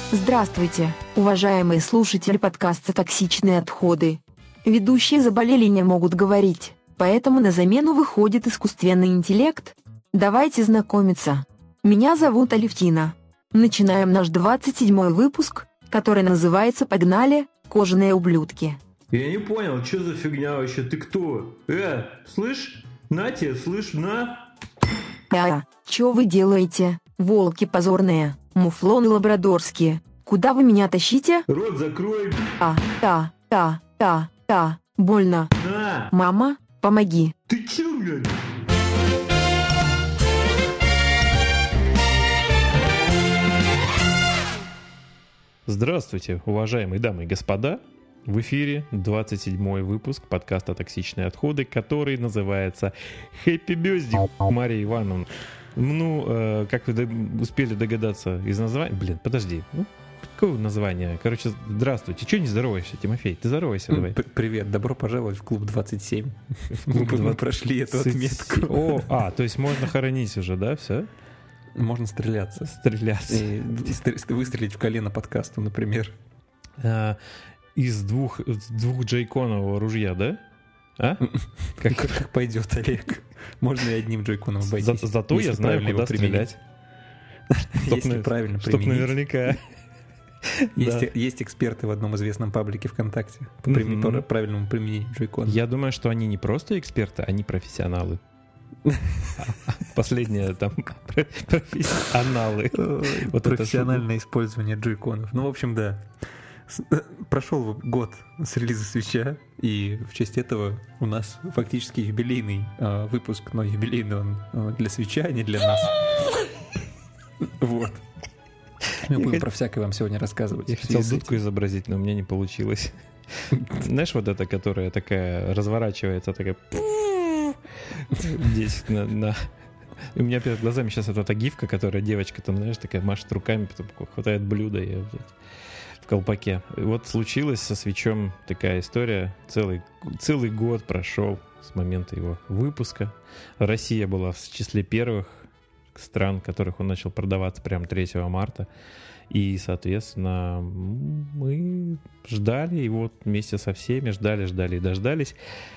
Здравствуйте, уважаемые слушатели подкаста «Токсичные отходы». Ведущие заболели и не могут говорить, поэтому на замену выходит искусственный интеллект. Давайте знакомиться. Меня зовут Алевтина. Начинаем наш 27-й выпуск, который называется «Погнали, кожаные ублюдки». Я не понял, что за фигня вообще? Ты кто? Слышь? На тебе, слышь, на? Чё вы делаете, волки позорные, муфлоны лабрадорские? Куда вы меня тащите? Рот закрой. Больно. На! Мама, помоги. Ты чё, блядь? Здравствуйте, уважаемые дамы и господа. В эфире 27-й выпуск подкаста «Токсичные отходы», который называется «Happy Birthday», Мария Ивановна. Как вы успели догадаться из названия... Подожди. Какое название? Короче, здравствуйте. Чего не здороваешься, Тимофей? Ты здоровайся давай. Привет, добро пожаловать в клуб 27. Мы прошли эту отметку. То есть можно хоронить уже, да, все? Можно стреляться. И выстрелить в колено подкасту, например. Из двух джейконового ружья, да? Как пойдет, Олег. Можно и одним джейконом обойтись. Зато я знаю, куда стрелять. Если правильно применить. Чтоб наверняка. Есть эксперты в одном известном паблике ВКонтакте по правильному применению джейкона. Я думаю, что они не просто эксперты, они профессионалы. Последнее там профессионалы. Профессиональное использование джейконов. В общем, да. Прошел год с релиза Свитча, и в честь этого у нас фактически юбилейный выпуск, но юбилейный он для Свитча, а не для нас. Вот. Мы будем про всякое вам сегодня рассказывать. Я хотел дудку изобразить, но у меня не получилось. Знаешь, вот эта, которая такая разворачивается, такая... Здесь на... У меня перед глазами сейчас вот эта гифка, которая девочка там, знаешь, такая машет руками, потом хватает блюдо и в колпаке. И вот случилась со Свитчом такая история. Целый год прошел с момента его выпуска. Россия была в числе первых стран, в которых он начал продаваться прямо 3 марта. И, соответственно, мы ждали, и вот вместе со всеми ждали и дождались.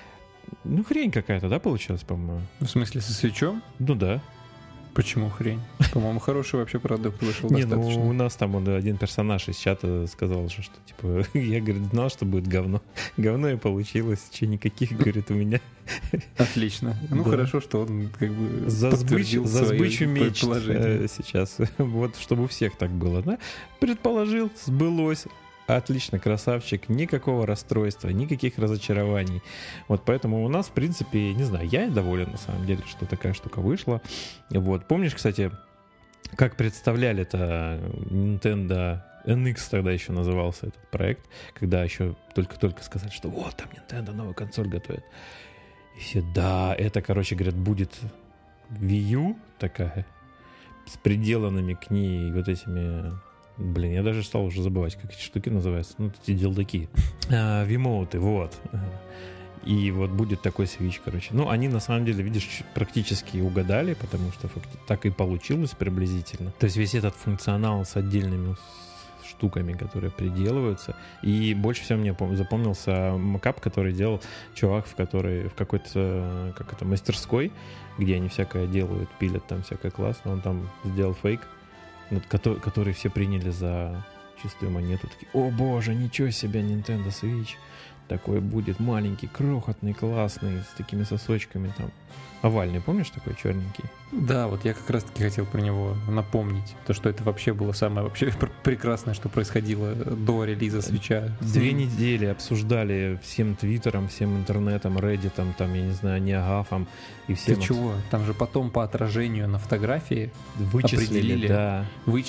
Хрень какая-то, да, получилась, по-моему? В смысле, со Свитчом? Ну да. Почему хрень? По-моему, хороший вообще продукт вышел достаточно. У нас там один персонаж из чата сказал, что типа, я, говорит, знал, что будет говно. Говно и получилось, никаких, говорит, у меня. Отлично. Хорошо, что он как бы подтвердил за сбычу меч предположение. Сейчас. Вот, чтобы у всех так было, да? Предположил, сбылось. Отлично, красавчик, никакого расстройства, никаких разочарований. Вот поэтому у нас, в принципе, не знаю, я доволен на самом деле, что такая штука вышла. Вот, помнишь, кстати, как представляли это Nintendo NX, тогда еще назывался этот проект, когда еще только-только сказали, что вот там Nintendo новую консоль готовит. И все, да, это, короче, говорят, будет Wii U такая, с приделанными к ней вот этими... я даже стал уже забывать, как эти штуки называются. Эти делдаки. Вимоуты, вот. И вот будет такой Switch, короче. Они на самом деле, видишь, практически угадали, потому что так и получилось приблизительно. То есть весь этот функционал с отдельными штуками, которые приделываются. И больше всего мне запомнился макап, который делал чувак, в какой-то, мастерской, где они всякое делают, пилят там всякое классно. Он там сделал фейк, который все приняли за чистую монету. Такие, о боже, ничего себе, Nintendo Switch. Такой будет маленький, крохотный, классный, с такими сосочками там. Овальный, помнишь, такой черненький? Да, вот я как раз-таки хотел про него напомнить. То, что это вообще было самое вообще прекрасное, что происходило до релиза Свитча. 2 недели обсуждали всем твиттером, всем интернетом, реддитом, там, я не знаю, неогафом и всем. Ты чего? Там же потом по отражению на фотографии вычислили,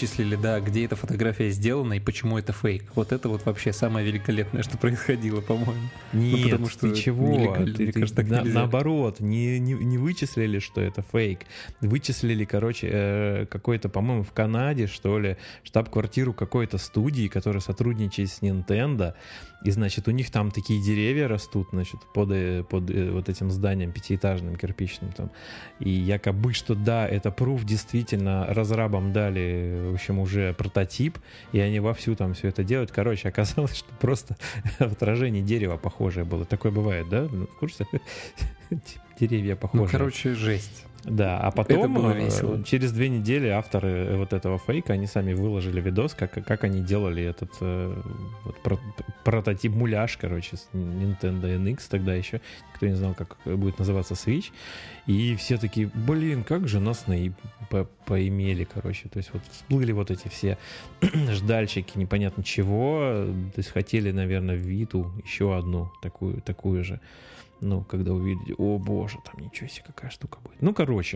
где эта фотография сделана и почему это фейк. Вот это вот вообще самое великолепное, что происходило, по-моему. по-моему. Нет, потому что ты чего? нелегально, мне кажется, так нельзя. Наоборот, не вычислили, что это фейк. Вычислили, короче, какой-то, по-моему, в Канаде, что ли, штаб-квартиру какой-то студии, которая сотрудничает с Nintendo. И, значит, у них там такие деревья растут, значит, под вот этим зданием пятиэтажным, кирпичным там. И якобы, что да, это пруф, действительно, разрабам дали, в общем, уже прототип, и они вовсю там все это делают. Короче, оказалось, что просто в отражении дерева похожее было. Такое бывает, да? В курсе? Деревья похожие. Ну, короче, жесть. Да, а Это потом было весело. через 2 недели авторы вот этого фейка, они сами выложили видос, как они делали этот вот прототип, муляж, короче, с Nintendo NX тогда еще. Никто не знал, как будет называться Switch. И все такие, блин, как же нас поимели, короче. То есть вот всплыли вот эти все ждальщики непонятно чего. То есть хотели, наверное, Виту еще одну такую же. Ну, когда увидели, о боже, там ничего себе, какая штука будет. Ну, короче,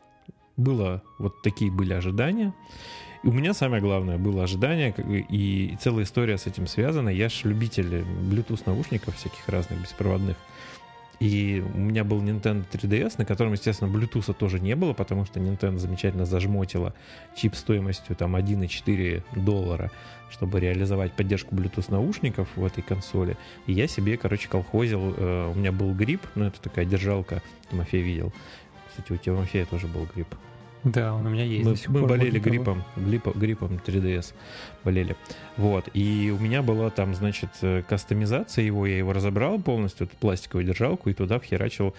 вот такие были ожидания. И у меня самое главное было ожидание, и целая история с этим связана. Я ж любитель Bluetooth наушников всяких разных, беспроводных. И у меня был Nintendo 3DS, на котором, естественно, Bluetooth тоже не было, потому что Nintendo замечательно зажмотила чип стоимостью там $1,4, чтобы реализовать поддержку Bluetooth наушников в этой консоли. И я себе, короче, колхозил. У меня был грипп, ну это такая держалка, Тимофей видел. Кстати, у Тимофея тоже был грипп. Да, он у меня есть. Мы болели гриппом 3DS. Болели. Вот. И у меня была там, значит, кастомизация его. Я его разобрал полностью, эту пластиковую держалку, и туда вхерачил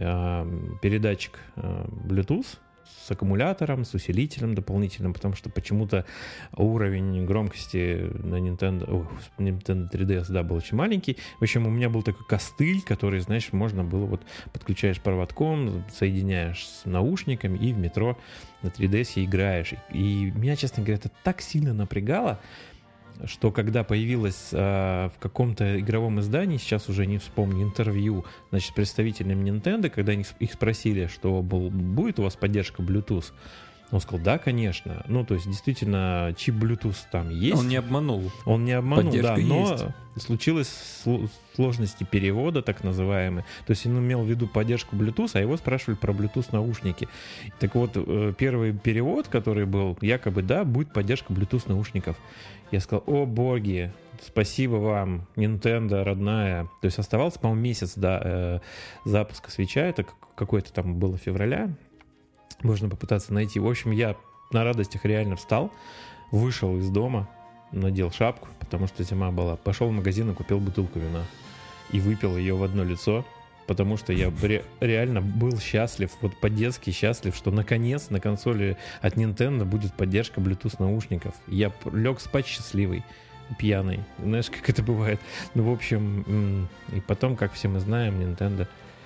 передатчик Bluetooth с аккумулятором, с усилителем дополнительным, потому что почему-то уровень громкости на Nintendo 3DS, да, был очень маленький. В общем, у меня был такой костыль, который, знаешь, можно было вот подключаешь проводком, соединяешь с наушниками и в метро на 3DS играешь. И меня, честно говоря, это так сильно напрягало, что когда появилось в каком-то игровом издании, сейчас уже не вспомню, интервью, значит, с представителем Nintendo, когда их спросили, что будет у вас поддержка Bluetooth, он сказал, да, конечно. Ну, то есть, действительно, чип Bluetooth там есть. Он не обманул. Он не обманул, поддержка да, но есть. случилось сложности перевода, так называемые. То есть он имел в виду поддержку Bluetooth, а его спрашивали про Bluetooth наушники. Так вот, первый перевод, который был, якобы, да, будет поддержка Bluetooth наушников. Я сказал, о боги, спасибо вам, Nintendo родная. То есть оставался, по-моему, месяц до запуска свитча, это какое-то там было февраля. Можно попытаться найти. В общем, я на радостях реально встал, вышел из дома, надел шапку, потому что зима была, пошел в магазин и купил бутылку вина. И выпил ее в одно лицо, потому что я реально был счастлив, вот по-детски счастлив, что наконец на консоли от Nintendo будет поддержка Bluetooth наушников. Я лег спать счастливый, пьяный. Знаешь, как это бывает? Ну, в общем, и потом, как все мы знаем, Nintendo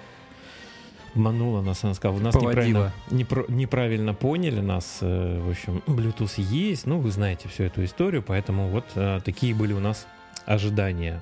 обманула нас, она сказала, нас неправильно поняли, нас, в общем, Bluetooth есть, ну, вы знаете всю эту историю, поэтому вот такие были у нас ожидания.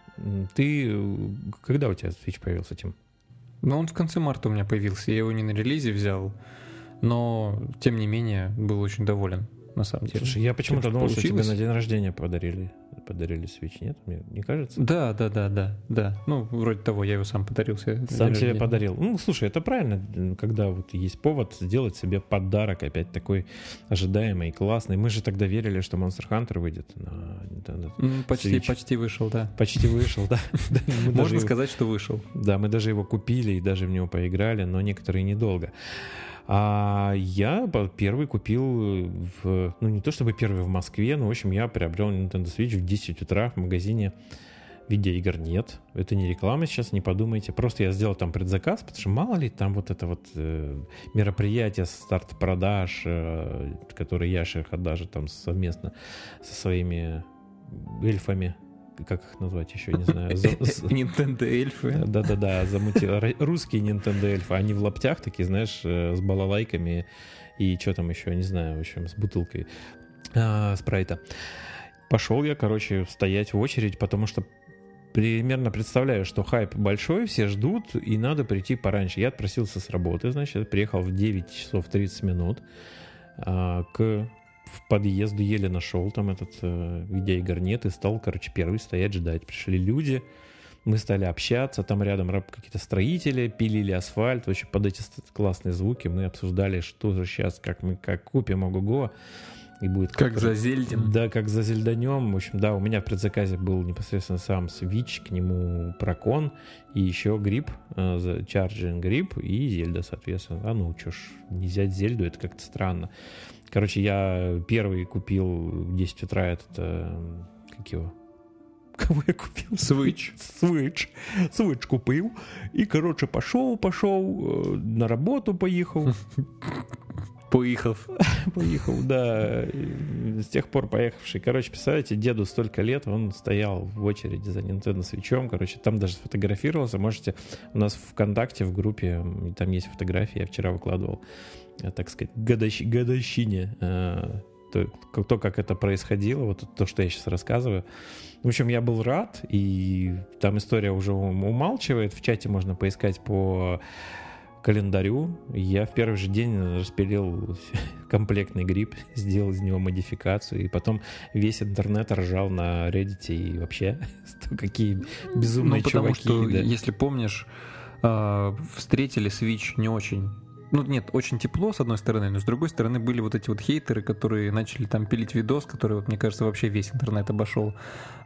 Когда у тебя Switch появился, Тим? Ну, он в конце марта у меня появился, я его не на релизе взял, но, тем не менее, был очень доволен, на самом деле. Слушай, я почему-то думал, получилось. что тебе на день рождения подарили Switch, нет? Мне не кажется? Да. Ну, вроде того, я его сам подарил себе. Сам себе подарил. Ну, слушай, это правильно, когда вот есть повод сделать себе подарок опять такой ожидаемый и классный. Мы же тогда верили, что Monster Hunter выйдет на Nintendo Switch. Почти вышел, да. Почти вышел, да. Можно сказать, что вышел. Да, мы даже его купили и даже в него поиграли, но некоторые недолго. А я первый купил, ну не то чтобы первый в Москве, но в общем я приобрел Nintendo Switch в 10 утра в магазине видеоигр нет. Это не реклама сейчас, не подумайте. Просто я сделал там предзаказ, потому что мало ли там вот это вот мероприятие, старт продаж, которые Яша даже там совместно со своими эльфами, как их назвать еще, не знаю. Nintendo эльфы. Да, замутил. Русские Nintendo эльфы, они в лаптях такие, знаешь, с балалайками и что там еще, не знаю, в общем, с бутылкой спрайта. Пошел я, короче, стоять в очередь, потому что примерно представляю, что хайп большой, все ждут, и надо прийти пораньше. Я отпросился с работы, значит, приехал в 9 часов 30 минут в подъезду, еле нашел там этот видеоигр нет и стал, короче, первый стоять ждать. Пришли люди, Мы стали общаться, там рядом какие-то строители пилили асфальт, вообще под эти классные звуки мы обсуждали, что же сейчас, как мы купим ого-го, и будет как за Зельдем. Да, как за Зельданем. В общем, да, у меня в предзаказе был непосредственно сам Switch, к нему Прокон и еще гриб, Charging гриб и Зельда, соответственно. А ну, чё ж, не взять Зельду, это как-то странно. Короче, я первый купил в 10 утра этот, как его? Кого я купил? Switch купил. И, короче, пошел, на работу поехал. Поехал, да. С тех пор поехавший. Короче, представляете, деду столько лет, он стоял в очереди за Nintendo Switch'ом. Короче, там даже сфотографировался. Можете, у нас в ВКонтакте, в группе, там есть фотографии, я вчера выкладывал, так сказать, годовщине. То, как это происходило, вот то, что я сейчас рассказываю. В общем, я был рад, и там история уже умалчивает. В чате можно поискать по календарю. Я в первый же день распилил комплектный гриб, сделал из него модификацию, и потом весь интернет ржал на Reddit, и вообще какие безумные потому чуваки. Потому что, да. если помнишь, встретили Switch не очень... Ну, нет, очень тепло, с одной стороны, но с другой стороны были вот эти вот хейтеры, которые начали там пилить видос, который, вот, мне кажется, вообще весь интернет обошел.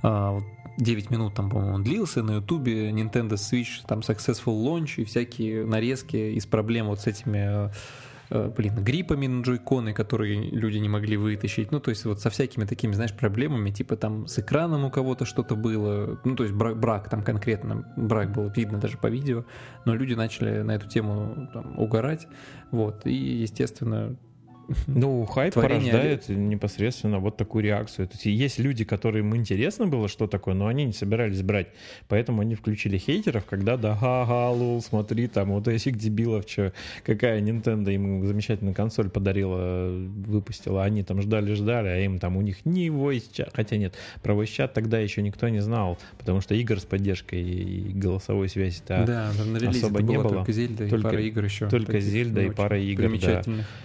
9 минут там, по-моему, он длился на Ютубе, Nintendo Switch, там successful launch и всякие нарезки из проблем вот с этими... гриппами на джойконы, которые люди не могли вытащить. Ну, то есть вот со всякими такими, знаешь, проблемами, типа там с экраном у кого-то что-то было. Ну, то есть брак там конкретно, брак было видно даже по видео, но люди начали на эту тему там угорать. Вот, и, естественно... Ну, хайп порождает непосредственно вот такую реакцию. То есть есть люди, которым интересно было, что такое, но они не собирались брать. Поэтому они включили хейтеров, когда да, ха-ха, лол, смотри, там вот этих дебилов, что, какая Nintendo им замечательную консоль подарила, выпустила. Они там ждали, а им там у них не voice chat. Хотя нет, про voice chat тогда еще никто не знал, потому что игр с поддержкой и голосовой связи-то да, на релизе особо не было. Только Зельда и пара игр еще. Только Зельда и пара игр, примечательных. Да.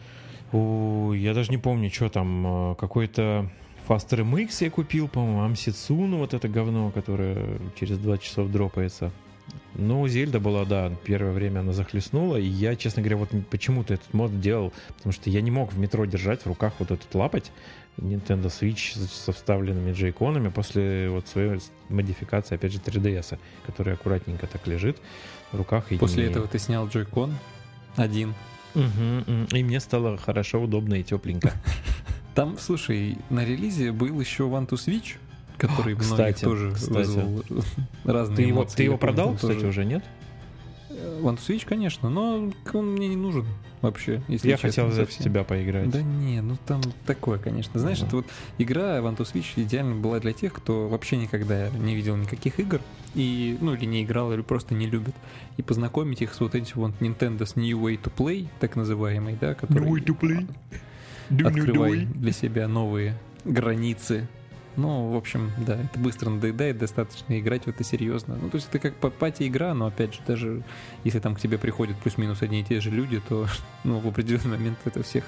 Я даже не помню, что там, какой-то Faster MX я купил, по-моему, Амсицуну, вот это говно, которое через 20 часов дропается. Ну, Зельда была, да, первое время она захлестнула, и я, честно говоря, вот почему-то этот мод делал, потому что я не мог в метро держать в руках вот этот лапоть Nintendo Switch со вставленными джейконами после вот своей модификации, опять же, 3DS, которая аккуратненько так лежит в руках. После этого ты снял джойкон один. И мне стало хорошо, удобно и тепленько. Там, слушай, на релизе был еще One to Switch, который многих тоже вызвал разные эмоции. Ты его продал, кстати, уже, нет? One to Switch, конечно, но он мне не нужен вообще, если я честно, хотел взять с тебя поиграть. Да не, ну там такое, конечно. Знаешь, это вот игра One to Switch идеально была для тех, кто вообще никогда не видел никаких игр, и, ну, или не играл, или просто не любит. И познакомить их с вот этим вот Nintendo's New Way to Play, так называемый, да, который... New Way to Play. Открывай для себя новые границы. Ну, в общем, да, это быстро надоедает, достаточно играть в это серьезно. Ну, то есть это как пати-игра, но, опять же, даже если там к тебе приходят плюс-минус одни и те же люди, то, ну, в определенный момент это всем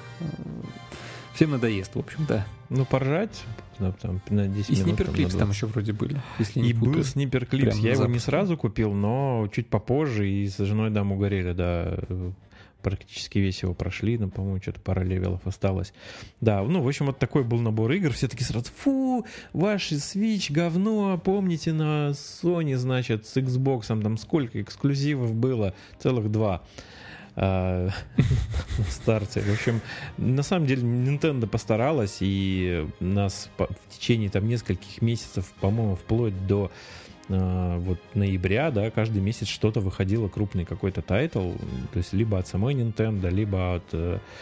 надоест, в общем, да. Ну, поржать, там, на 10 и минут. И снипер-клипс там еще вроде были, если не и путаю. был снипер-клипс, я его не сразу купил, но чуть попозже, и с женой, да, угорели, да, практически весь его прошли, но, по-моему, что-то пара левелов осталось. Да, ну, в общем, вот такой был набор игр. Все таки сразу, фу, ваш Switch говно, помните на Sony, значит, с Xbox, там сколько эксклюзивов было? Целых 2 на старте. В общем, на самом деле Nintendo постаралась, и нас в течение там нескольких месяцев, по-моему, вплоть до вот ноября, да, каждый месяц что-то выходило, крупный какой-то тайтл, то есть либо от самой Nintendo, либо от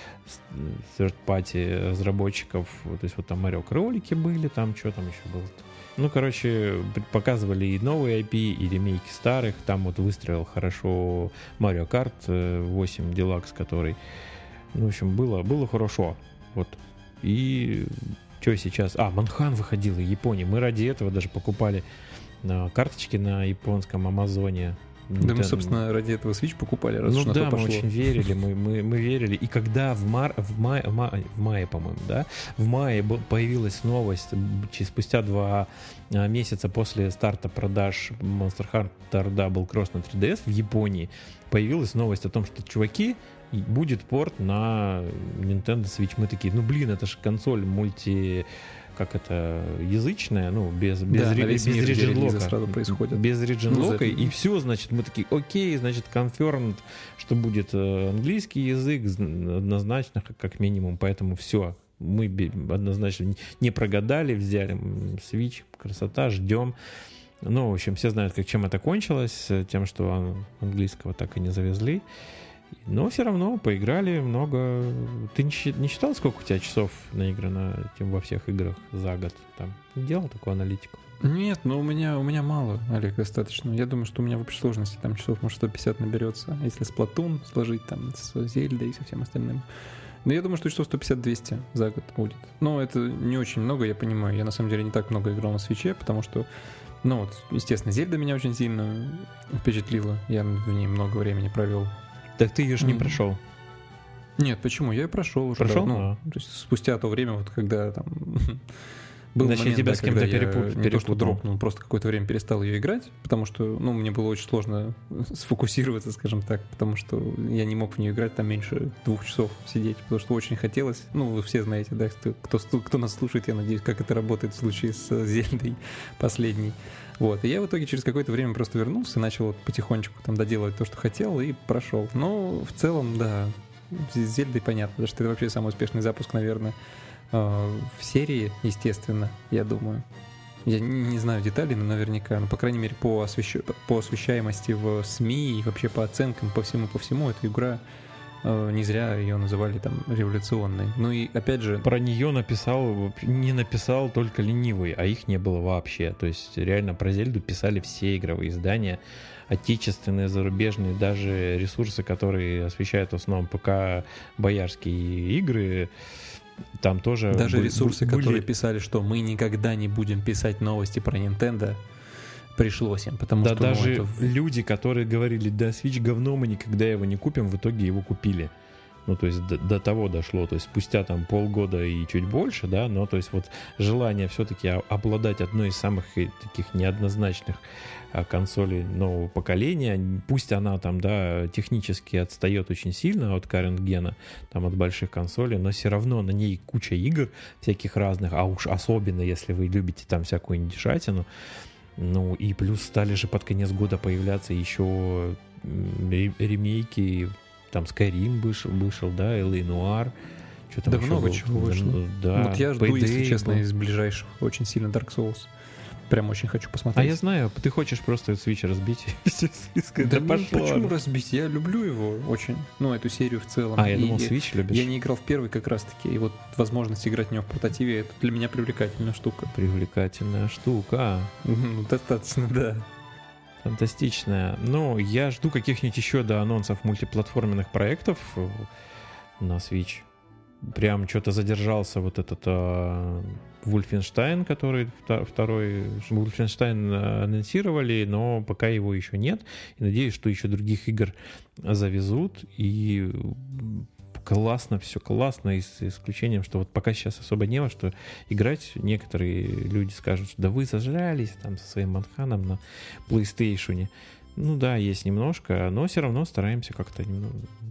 third-party разработчиков, то есть вот там Марио кролики были, там что там еще было. Ну, короче, показывали и новые IP, и ремейки старых, там вот выстрелил хорошо Mario Kart 8 Deluxe, который, ну, в общем, было хорошо, вот, и что сейчас? Манхан выходил из Японии, мы ради этого даже покупали карточки на японском Амазоне. Да мы, собственно, ради этого Switch покупали, раз уж на то мы пошло. очень верили, мы верили. И когда в мае, по-моему, да, в мае появилась новость, спустя 2 месяца после старта продаж Monster Hunter Double Cross на 3DS в Японии, появилась новость о том, что, чуваки, будет порт на Nintendo Switch. Мы такие, это же консоль язычная, без region-лока. Сразу происходит. Без region-лока, и все, значит, мы такие, окей, значит, confirmed, что будет английский язык, однозначно, как минимум, поэтому все. Мы однозначно не прогадали, взяли Switch, красота, ждем. В общем, все знают, чем это кончилось, тем, что английского так и не завезли. Но все равно поиграли много. Ты не считал, сколько у тебя часов наиграно во всех играх за год? Там не делал такую аналитику? Нет, у меня мало, Олег, достаточно. Я думаю, что у меня в общей сложности там часов, может, 150 наберется. Если Splatoon сложить там с Зельдой и со всем остальным. Но я думаю, что часов 150-200 за год будет. Но это не очень много, я понимаю. Я на самом деле не так много играл на Switch'е, потому что, естественно, Зельда меня очень сильно впечатлила. Я в ней много времени провел. Так ты ее же не прошел. Нет, почему? Я ее прошел уже. Прошел? То есть спустя то время, когда там был Значит, момент, тебя с кем-то перепутал. Не то, что дропнул, просто какое-то время перестал ее играть, потому что, мне было очень сложно сфокусироваться, скажем так, потому что я не мог в нее играть там меньше 2 часов сидеть, потому что очень хотелось. Вы все знаете, да, кто нас слушает, я надеюсь, как это работает в случае с Зельдой последней. И я в итоге через какое-то время просто вернулся и начал потихонечку там доделывать то, что хотел, и прошел. Но в целом, да, с Зельдой понятно, потому что это вообще самый успешный запуск, наверное, в серии, естественно, я думаю. Я не знаю деталей, но наверняка, по крайней мере, по освещаемости в СМИ и вообще по оценкам, по всему, эта игра, не зря ее называли там революционной. И опять же... Про нее не написал только ленивый, а их не было вообще. То есть реально про Зельду писали все игровые издания, отечественные, зарубежные, даже ресурсы, которые освещают в основном ПК боярские игры. Там тоже даже ресурсы, которые писали, что мы никогда не будем писать новости про Nintendo, пришлось им, потому что... Да, даже люди, которые говорили, да, Switch говно, мы никогда его не купим, в итоге его купили. То есть до того дошло, то есть спустя там полгода и чуть больше, да, но то есть желание все-таки обладать одной из самых таких неоднозначных консолей нового поколения, пусть она там, да, технически отстает очень сильно от current гена, там от больших консолей, но все равно на ней куча игр всяких разных, а уж особенно если вы любите там всякую индюшатину. И плюс стали же под конец года появляться еще ремейки, там Skyrim вышел, да, LA Noire. Да много чего вышло. Да, я жду, если честно, из ближайших очень сильно Dark Souls. Прям очень хочу посмотреть. А я знаю, ты хочешь просто Switch разбить. Да почему разбить? Я люблю его очень. Эту серию в целом. Я думал, Switch любишь. Я не играл в первый как раз-таки. И возможность играть в него в портативе, это для меня привлекательная штука. Привлекательная штука. Достаточно, да. Фантастичная. Я жду каких-нибудь еще анонсов мультиплатформенных проектов на Switch. Прям что-то задержался этот Wolfenstein, который второй Wolfenstein анонсировали, но пока его еще нет. И надеюсь, что еще других игр завезут. И классно, все классно, с исключением, что пока сейчас особо не во что играть. Некоторые люди скажут, что да вы зажрались там со своим Манханом на PlayStation. Да, есть немножко, но все равно стараемся как-то немного.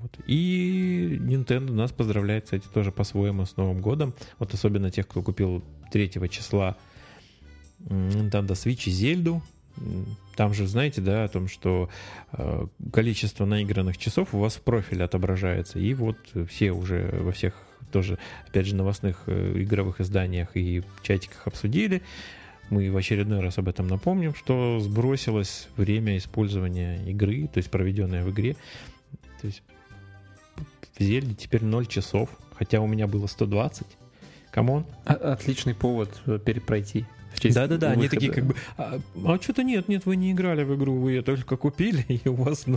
И Nintendo нас поздравляет, кстати, тоже по-своему с Новым годом. Особенно тех, кто купил 3 числа Nintendo Switch и Зельду. Там же, знаете, да, о том, что количество наигранных часов у вас в профиле отображается. И все уже во всех тоже, опять же, новостных игровых изданиях и чатиках обсудили. Мы в очередной раз об этом напомним, что сбросилось время использования игры, то есть проведенное в игре. То есть в Зельде теперь 0 часов, хотя у меня было 120. Камон. Отличный повод перепройти. Да-да-да, они такие как бы, что-то нет, вы не играли в игру, вы ее только купили, и у вас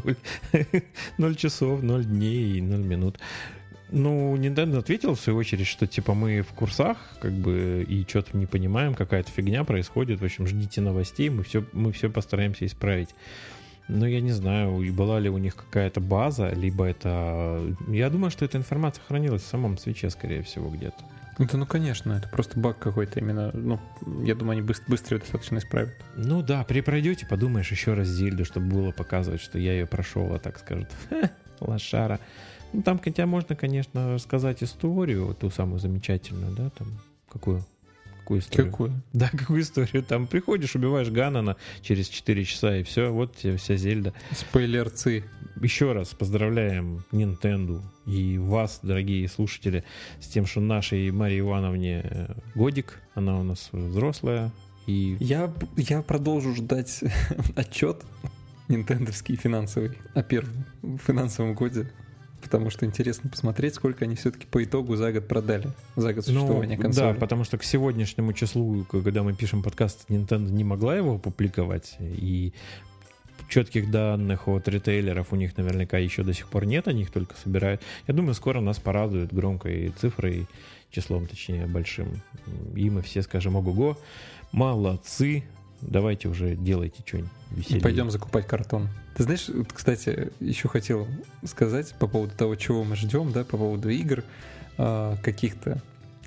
0 часов, 0 дней и 0 минут. Nintendo ответил в свою очередь, что типа мы в курсах, как бы, и что-то не понимаем, какая-то фигня происходит. В общем, ждите новостей, мы все постараемся исправить. Но я не знаю, и была ли у них какая-то база, либо это... Я думаю, что эта информация хранилась в самом свече, скорее всего, где-то. Это, ну, конечно, это просто баг какой-то именно. Ну, я думаю, они быстро ее достаточно исправят. Ну да, пройдете, подумаешь еще раз Зельду, чтобы было показывать, что я ее прошел, а так скажут, лошара. Ну, там хотя можно, конечно, рассказать историю, ту самую замечательную, да, там, какую историю? Какую? Да, какую историю? Там приходишь, убиваешь Ганнона через 4 часа, и все, вот тебе вся Зельда. Спойлерцы. Еще раз поздравляем Nintendo и вас, дорогие слушатели, с тем, что нашей Марии Ивановне годик, она у нас взрослая. И... Я продолжу ждать отчет нинтендовский финансовый о первом финансовом годе. Потому что интересно посмотреть, сколько они все-таки по итогу за год продали, за год существования консоли. Да, потому что к сегодняшнему числу, когда мы пишем подкаст, Nintendo не могла его опубликовать, и четких данных от ритейлеров у них наверняка еще до сих пор нет, они их только собирают. Я думаю, скоро нас порадуют громкой цифрой, числом, точнее, большим. И мы все скажем: ого-го, молодцы, давайте уже делайте что-нибудь веселее. Пойдем закупать картон. Ты знаешь, кстати, еще хотел сказать по поводу того, чего мы ждем, да, по поводу игр каких-то.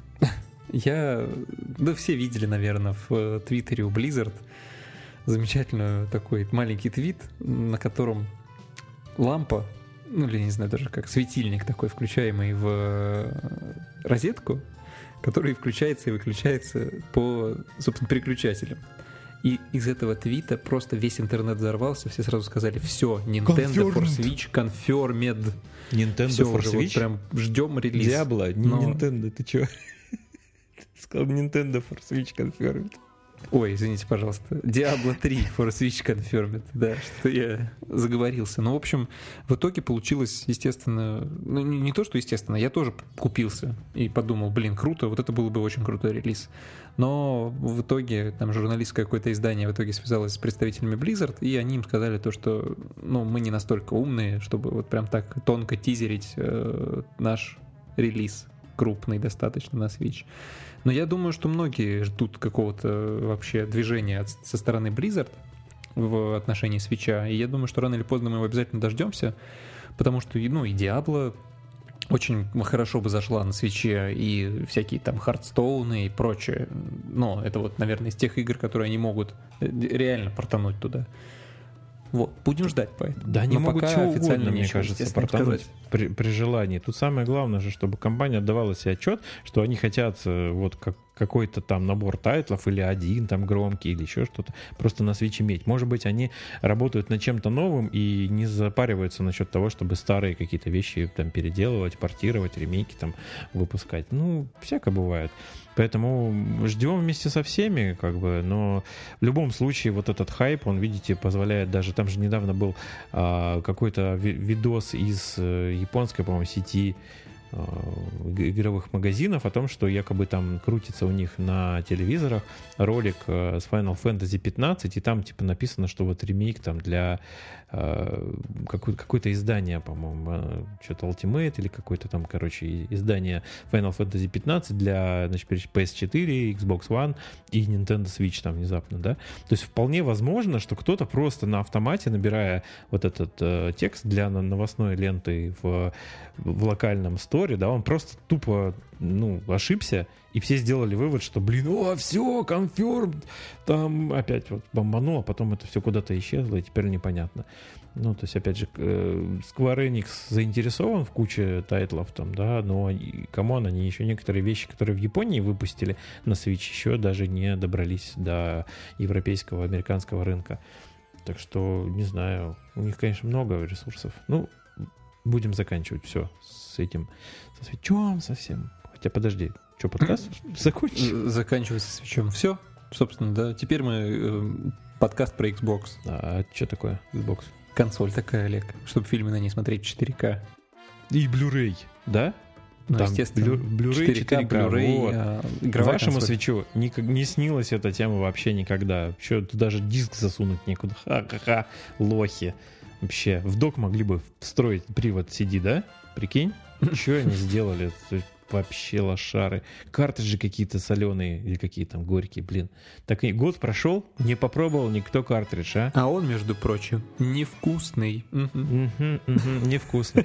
Все видели, наверное, в Твиттере у Blizzard замечательный такой маленький твит, на котором лампа, ну или не знаю даже как, светильник такой, включаемый в розетку, который включается и выключается по, собственно, переключателям. И из этого твита просто весь интернет взорвался, все сразу сказали: все, Nintendo for Switch confirmed. Nintendo Все, for уже Switch? вот прям ждем релиз. Diablo, не Nintendo, ты чё? Сказал Nintendo for Switch confirmed. Ой, извините, пожалуйста. Diablo 3 for Switch confirmed. Да, что я заговорился. Ну, в общем, в итоге получилось, естественно... Ну, не то, что естественно. Я тоже купился и подумал: блин, круто, вот это было бы очень крутой релиз. Но в итоге там журналистское какое-то издание в итоге связалось с представителями Blizzard, и они им сказали то, что мы не настолько умные, чтобы вот прям так тонко тизерить наш релиз крупный достаточно на Switch. Но я думаю, что многие ждут какого-то вообще движения со стороны Blizzard в отношении Switch'а, и я думаю, что рано или поздно мы его обязательно дождемся, потому что, и Diablo очень хорошо бы зашла на Switch'е, и всякие там Hearthstone и прочее. Но это вот, наверное, из тех игр, которые они могут реально портануть туда. Вот, будем ждать поэтому. Да, они могут чего угодно, мне кажется, портануть при желании. Тут самое главное же, чтобы компания отдавала себе отчет, что они хотят вот какой-то там набор тайтлов или один там громкий или еще что-то просто на Switch иметь. Может быть, они работают над чем-то новым и не запариваются насчет того, чтобы старые какие-то вещи там переделывать, портировать, ремейки там выпускать. Ну, всяко бывает. Поэтому ждем вместе со всеми, но в любом случае вот этот хайп, он, видите, позволяет даже... Там же недавно был какой-то видос из японской, по-моему, сети игровых магазинов о том, что якобы там крутится у них на телевизорах ролик с Final Fantasy 15, и там типа написано, что вот ремейк там для какое-то издание, по-моему, что-то Ultimate или какое-то там, издание Final Fantasy 15 для, PS4, Xbox One и Nintendo Switch там внезапно, да? То есть вполне возможно, что кто-то просто на автомате, набирая вот этот текст для новостной ленты в локальном сторе, да, он просто тупо, ошибся, и все сделали вывод, что, все, confirmed, там опять вот бомбануло, а потом это все куда-то исчезло, и теперь непонятно. То есть, опять же, Square Enix заинтересован в куче тайтлов там, да, но камон, они еще некоторые вещи, которые в Японии выпустили на Switch, еще даже не добрались до европейского, американского рынка. Так что, не знаю, у них, конечно, много ресурсов. Будем заканчивать все с этим, со свечом совсем. Хотя, подожди, что, подкаст закончим? Заканчивается со свечом. Все, собственно, да. Теперь мы подкаст про Xbox. А что такое Xbox? Консоль такая, Олег, чтобы фильмы на ней смотреть в 4К. И Blu-ray, да? Там, естественно. Blu-ray, 4K. Blu-ray, Вашему свечу не снилась эта тема вообще никогда. Тут даже диск засунуть некуда. Ха-ха-ха, лохи. Вообще, в док могли бы встроить привод CD, да? Прикинь? Что они сделали? вообще лошары. Картриджи какие-то соленые или какие там горькие, блин. Так и год прошел, не попробовал никто картридж, а? А он, между прочим, невкусный. Невкусный.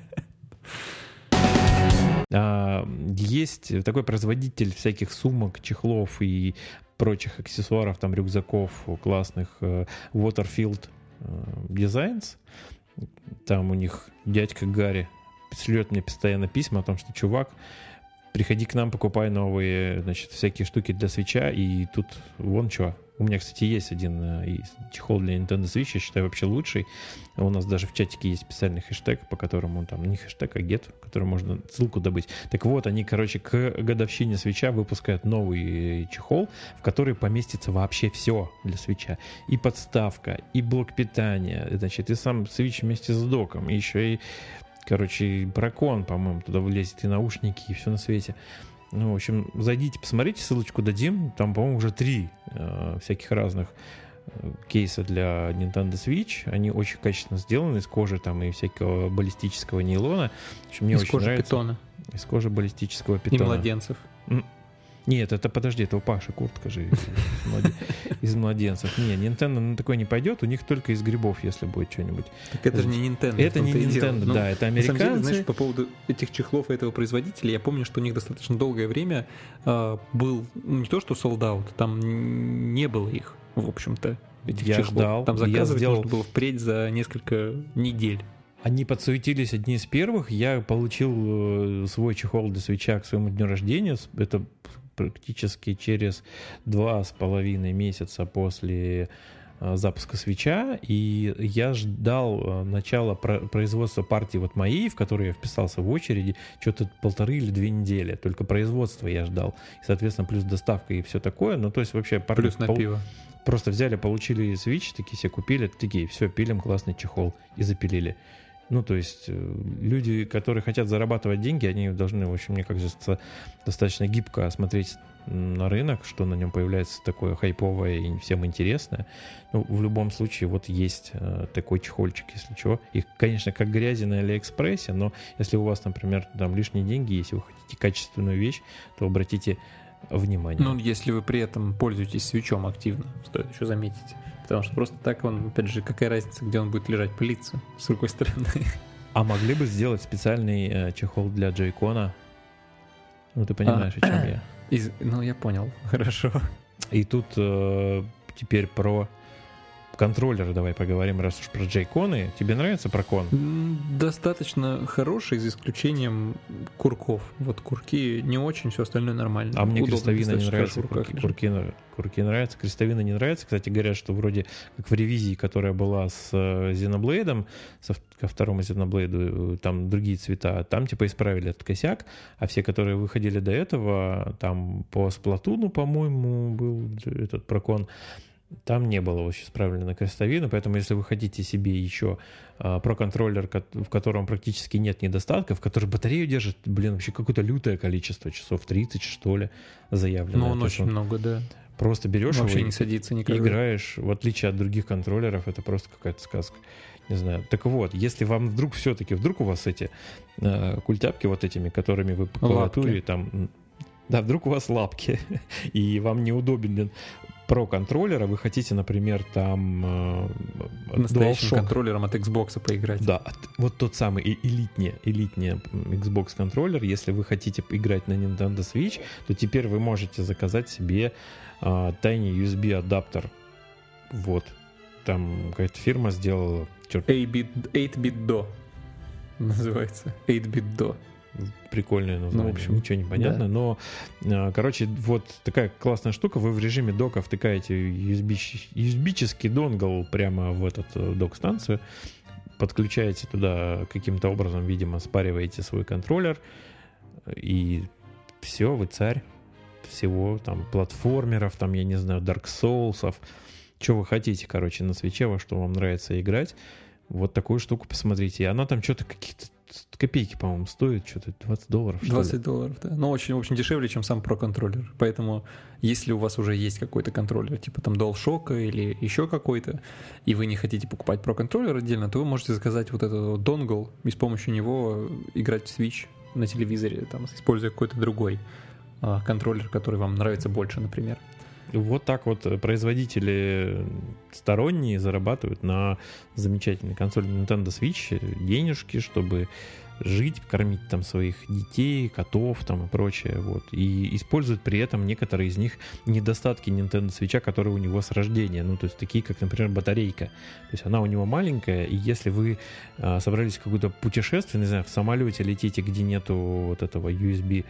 Есть такой производитель всяких сумок, чехлов и прочих аксессуаров, там рюкзаков классных, Waterfield Designs. Там у них дядька Гарри шлет мне постоянно письма о том, что, чувак, приходи к нам, покупай новые, значит, всякие штуки для свитча, и тут вон что. У меня, кстати, есть один чехол для Nintendo Switch, я считаю, вообще лучший. У нас даже в чатике есть специальный хэштег, по которому там, не хэштег, а get, в котором можно ссылку добыть. Так вот, они, короче, к годовщине свитча выпускают новый чехол, в который поместится вообще все для свитча. И подставка, и блок питания, значит, и сам свитч вместе с доком, и еще и, короче, бракон, по-моему, туда влезет, и наушники, и все на свете. Ну, в общем, зайдите, посмотрите, ссылочку дадим. Там, по-моему, уже 3 всяких разных кейса для Nintendo Switch. Они очень качественно сделаны, из кожи там и всякого баллистического нейлона. В общем, мне из очень кожи нравится. питона. Из кожи баллистического питона. И младенцев. Нет, это, подожди, это у Паши куртка же из младенцев. Не, Nintendo на такой не пойдет, у них только из грибов, если будет что-нибудь. Так это же не Nintendo. Это не Nintendo, да, это американцы. На самом деле, знаешь, по поводу этих чехлов и этого производителя, я помню, что у них достаточно долгое время был не то что sold out, там не было их, в общем-то, этих я чехлов. Ждал, там заказывать можно было впредь за несколько недель. Они подсуетились одни из первых. Я получил свой чехол для свитча к своему дню рождения. Это практически через 2,5 месяца после запуска свитча. И я ждал начала производства партии вот моей, в которой я вписался в очереди, что-то 1,5 или 2 недели. Только производство я ждал. И, соответственно, плюс доставка и все такое. Ну, то есть вообще... Плюс на пиво. Просто взяли, получили свитч, такие себе купили, такие, все, пилим классный чехол и запилили. Ну, то есть люди, которые хотят зарабатывать деньги, они должны, в общем, мне кажется, достаточно гибко смотреть на рынок, что на нем появляется такое хайповое и всем интересное. Ну, в любом случае, вот есть такой чехольчик, если чего. Их, конечно, как грязи на Алиэкспрессе, но если у вас, например, там лишние деньги, если вы хотите качественную вещь, то обратите внимание. Ну, если вы при этом пользуетесь свитчом активно, стоит еще заметить. Потому что просто так он, опять же, какая разница, где он будет лежать, пылиться, с другой стороны. А могли бы сделать специальный чехол для джойкона? Ну, ты понимаешь, о чем я. Ну, я понял, хорошо. И тут теперь про контроллеры давай поговорим, раз уж про джейконы. Тебе нравится прокон? Достаточно хороший, за исключением курков. Вот курки не очень, все остальное нормально. А мне крестовина не нравится. Курки нравятся, крестовина не нравится. Кстати, говорят, что вроде как в ревизии, которая была с Xenoblade, ко второму Xenoblade, там другие цвета, там типа исправили этот косяк, а все, которые выходили до этого, там по Splatoon, по-моему, был этот прокон, там не было вообще исправлена крестовина, поэтому если вы хотите себе еще про-контроллер, в котором практически нет недостатков, который батарею держит, вообще какое-то лютое количество часов, 30 что ли, заявлено. Ну, он очень много, да. Просто берешь вообще его не садится никогда. Играешь, в отличие от других контроллеров, это просто какая-то сказка. Не знаю. Так вот, если вам вдруг у вас эти культяпки вот этими, которыми вы по клавиатуре там... Да, вдруг у вас лапки, и вам неудобен про-контроллера, вы хотите, например, там настоящим контроллером от Xbox поиграть. Да, вот тот самый элитнее Xbox контроллер. Если вы хотите играть на Nintendo Switch, то теперь вы можете заказать себе Tiny USB адаптер. Вот. Там какая-то фирма сделала... 8-bit DO называется. 8-bit DO. Прикольное название, ну, в общем, ничего не понятно, да. Но, короче, вот такая классная штука, вы в режиме дока втыкаете USB-ческий донгл прямо в этот док-станцию, подключаете туда каким-то образом, видимо, спариваете свой контроллер, и все, вы царь всего, там, платформеров, там, я не знаю, Dark Souls'ов, что вы хотите, короче, на свитче, во что вам нравится играть, вот такую штуку посмотрите, и она там что-то какие-то копейки, по-моему, стоит, что-то $20. $20, да. Ну, очень, в общем, дешевле, чем сам про-контроллер. Поэтому, если у вас уже есть какой-то контроллер, типа там DualShock или еще какой-то, и вы не хотите покупать про-контроллер отдельно, то вы можете заказать вот этот вот донгл и с помощью него играть в Switch на телевизоре, там, используя какой-то другой контроллер, который вам нравится больше, например. Вот так вот производители сторонние зарабатывают на замечательной консоли Nintendo Switch денежки, чтобы жить, кормить там своих детей, котов там и прочее, вот. И используют при этом некоторые из них недостатки Nintendo Switch, которые у него с рождения, ну, то есть такие, как, например, батарейка. То есть она у него маленькая, и если вы собрались в какое-то путешествие, не знаю, в самолете летите, где нету вот этого USB,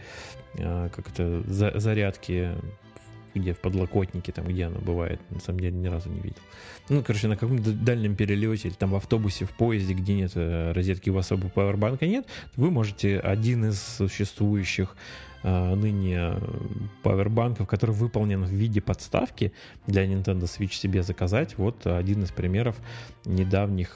зарядки, где в подлокотнике, там, где она бывает, на самом деле ни разу не видел. Ну, короче, на каком-то дальнем перелете или там в автобусе, в поезде, где нет розетки, у вас особо пауэрбанка нет, вы можете один из существующих ныне пауэрбанков, который выполнен в виде подставки для Nintendo Switch, себе заказать. Вот один из примеров недавних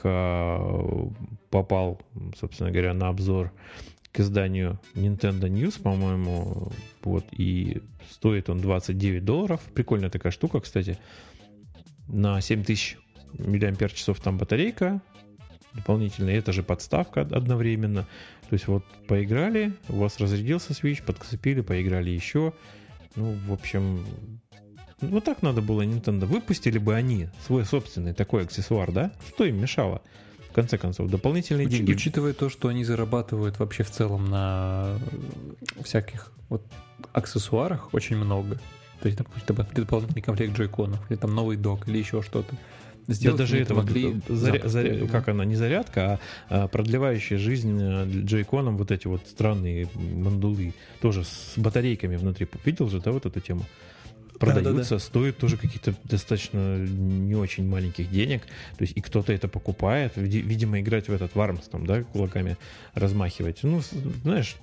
попал, собственно говоря, на обзор к изданию Nintendo News, по-моему, вот, и стоит он $29. Прикольная такая штука, кстати. На 7000 мАч там батарейка дополнительная, это же подставка одновременно. То есть вот поиграли, у вас разрядился Switch, подцепили, поиграли еще. Ну, в общем, вот так надо было Nintendo. Выпустили бы они свой собственный такой аксессуар, да? Что им мешало? В конце концов, дополнительные деньги. Учитывая то, что они зарабатывают вообще в целом на всяких вот аксессуарах очень много. То есть, допустим, дополнительный комплект джойконов, или там новый док, или еще что-то. Да даже это могли как она, не зарядка, а продлевающая жизнь джойконом вот эти вот странные мандулы, тоже с батарейками внутри. Видел же, да, вот эту тему? Продаются, да. Стоят тоже какие-то достаточно не очень маленьких денег. То есть и кто-то это покупает. Видимо, играть в этот Вармс, там, да, кулаками размахивать. Ну, знаешь,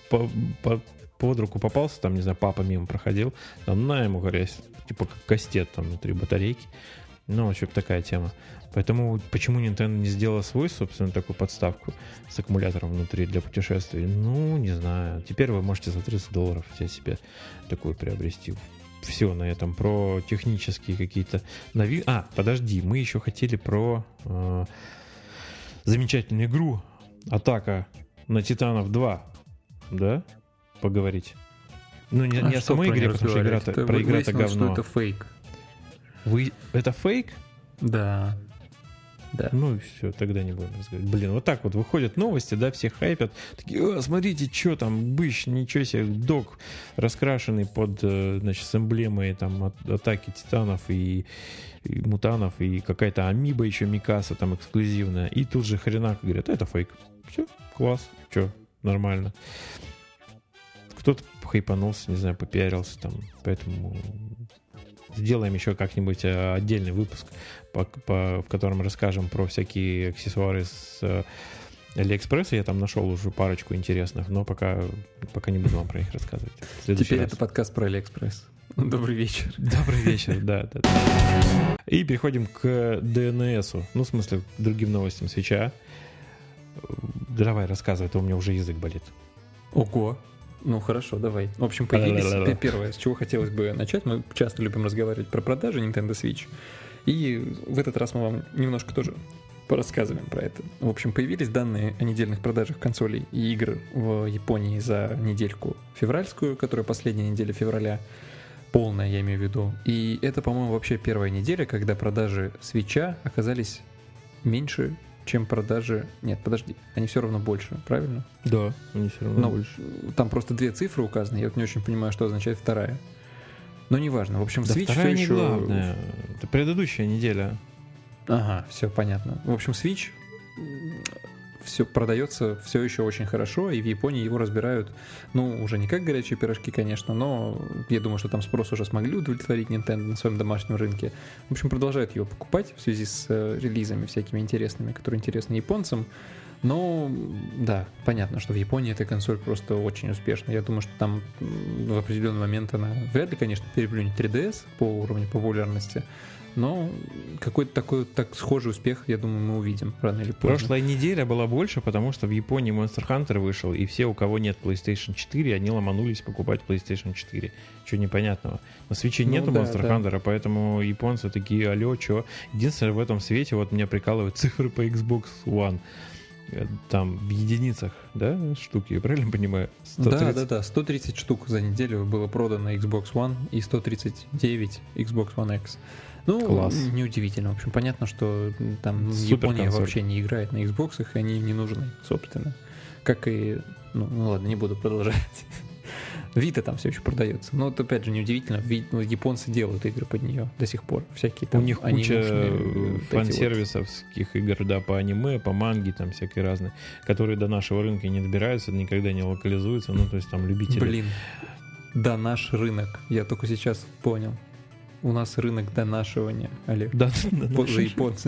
под руку попался, там, не знаю, папа мимо проходил, там на ему грязь, типа как кастет там внутри батарейки. Ну, в общем, такая тема. Поэтому почему Nintendo не сделала свою, собственно, такую подставку с аккумулятором внутри для путешествий? Ну, не знаю. Теперь вы можете за $30 взять себе такую приобрести. Все на этом. Про технические какие-то новинки. Подожди, мы еще хотели про замечательную игру «Атака на Титанов 2», да, поговорить. Ну, не о самой игре, потому что про игра-то говно. Что это фейк. Это фейк? Да. Да. Ну и все, тогда не будем разговаривать. Блин, вот так вот выходят новости, да, все хайпят. Такие, смотрите, что там, быщ, ничего себе, док раскрашенный под, значит, с эмблемой там атаки титанов и мутанов, и какая-то амиба еще Микаса там эксклюзивная. И тут же хренак говорят, это фейк. Все, класс, что, нормально. Кто-то хайпанулся, не знаю, попиарился там, поэтому... Сделаем еще как-нибудь отдельный выпуск, в котором расскажем про всякие аксессуары с Алиэкспресса. Я там нашел уже парочку интересных, но пока не буду вам про них рассказывать. Теперь это подкаст про Алиэкспресс. Добрый вечер. Добрый вечер, да. И переходим к DNS-у. Ну, в смысле, другим новостям свеча. Давай, рассказывай, а то у меня уже язык болит. Ого. Ну хорошо, давай. В общем, появились. Первое, с чего хотелось бы начать. Мы часто любим разговаривать про продажи Nintendo Switch. И в этот раз мы вам немножко тоже порассказываем про это. В общем, появились данные о недельных продажах консолей и игр в Японии за недельку февральскую, которая последняя неделя февраля. Полная, я имею в виду. И это, по-моему, вообще первая неделя, когда продажи Switch'а оказались меньше, чем продажи... Нет, подожди, они все равно больше, правильно? Да, они все равно больше. Там просто две цифры указаны, я вот не очень понимаю, что означает вторая. Но неважно, в общем, да, Switch вторая все еще... главная. Это предыдущая неделя. Ага, все понятно. В общем, Switch все продается все еще очень хорошо, и в Японии его разбирают, ну, уже не как горячие пирожки, конечно, но я думаю, что там спрос уже смогли удовлетворить Nintendo на своем домашнем рынке. В общем, продолжают его покупать в связи с релизами всякими интересными, которые интересны японцам. Но, да, понятно, что в Японии эта консоль просто очень успешна. Я думаю, что там в определенный момент она вряд ли, конечно, переплюнет 3DS по уровню популярности, но какой-то такой схожий успех, я думаю, мы увидим рано или поздно. Прошлая неделя была больше, потому что в Японии Monster Hunter вышел, и все, у кого нет PlayStation 4, они ломанулись покупать PlayStation 4. Чего непонятного. На Switch нету Monster Hunter, поэтому японцы такие, алло, чё? Единственное, в этом свете вот меня прикалывают цифры по Xbox One. там в единицах, да, штуки, я правильно понимаю? 130? Да, 130 штук за неделю было продано Xbox One и 139 Xbox One X. Ну, класс. Неудивительно. В общем, понятно, что там Супер Япония консоль. вообще не играет на Xbox, и они им не нужны, собственно. Как и... Ну ладно, не буду продолжать. Vita там все еще продается. Но вот опять же неудивительно, японцы делают игры под нее до сих пор. Всякие там У них куча анимешные, вот эти фан-сервисовских игр, да, по аниме, по манге, там всякие разные, которые до нашего рынка не добираются, никогда не локализуются, ну, то есть там любители. Блин, да, наш рынок. Я только сейчас понял. У нас рынок донашивания, Олег. Да, За японцы.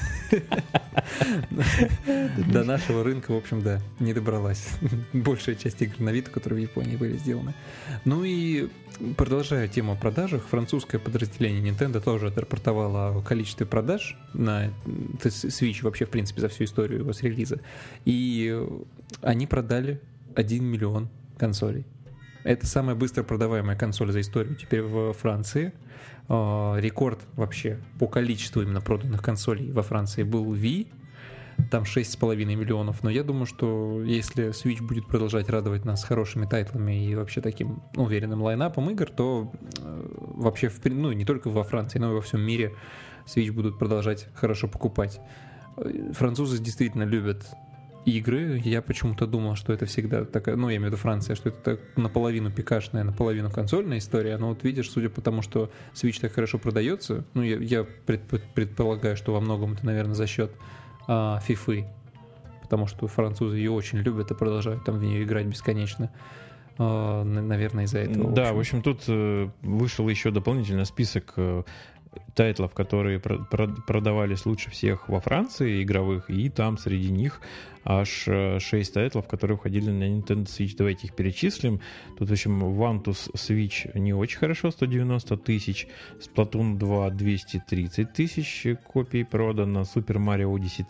До нашего рынка, в общем, да, не добралась. Большая часть игр на Vita, которые в Японии были сделаны. Ну и продолжая тему о продажах, французское подразделение Nintendo тоже отрапортовало о количестве продаж на Switch вообще, в принципе, за всю историю его с релиза. И они продали 1 миллион консолей. Это самая быстро продаваемая консоль за историю теперь в Франции. Рекорд вообще по количеству именно проданных консолей во Франции был Wii, там 6,5 миллионов. Но я думаю, что если Switch будет продолжать радовать нас хорошими тайтлами и вообще таким уверенным лайнапом игр, то вообще, ну, не только во Франции, но и во всем мире Switch будут продолжать хорошо покупать. Французы действительно любят игры. Я почему-то думал, что это всегда такая, ну, я имею в виду Франция, что это так наполовину пикашная, наполовину консольная история. Но вот видишь, судя по тому, что Switch так хорошо продается, ну, я предполагаю, что во многом это, наверное, за счет FIFA, потому что французы ее очень любят и продолжают там в нее играть бесконечно. Наверное, из-за этого. Да, в общем, тут вышел еще дополнительный список тайтлов, которые продавались лучше всех во Франции, игровых, и там среди них аж 6 тайтлов, которые входили на Nintendo Switch. Давайте их перечислим. Тут, в общем, One to Switch не очень хорошо, 190 тысяч, Splatoon 2 230 тысяч копий продано, Super Mario Odyssey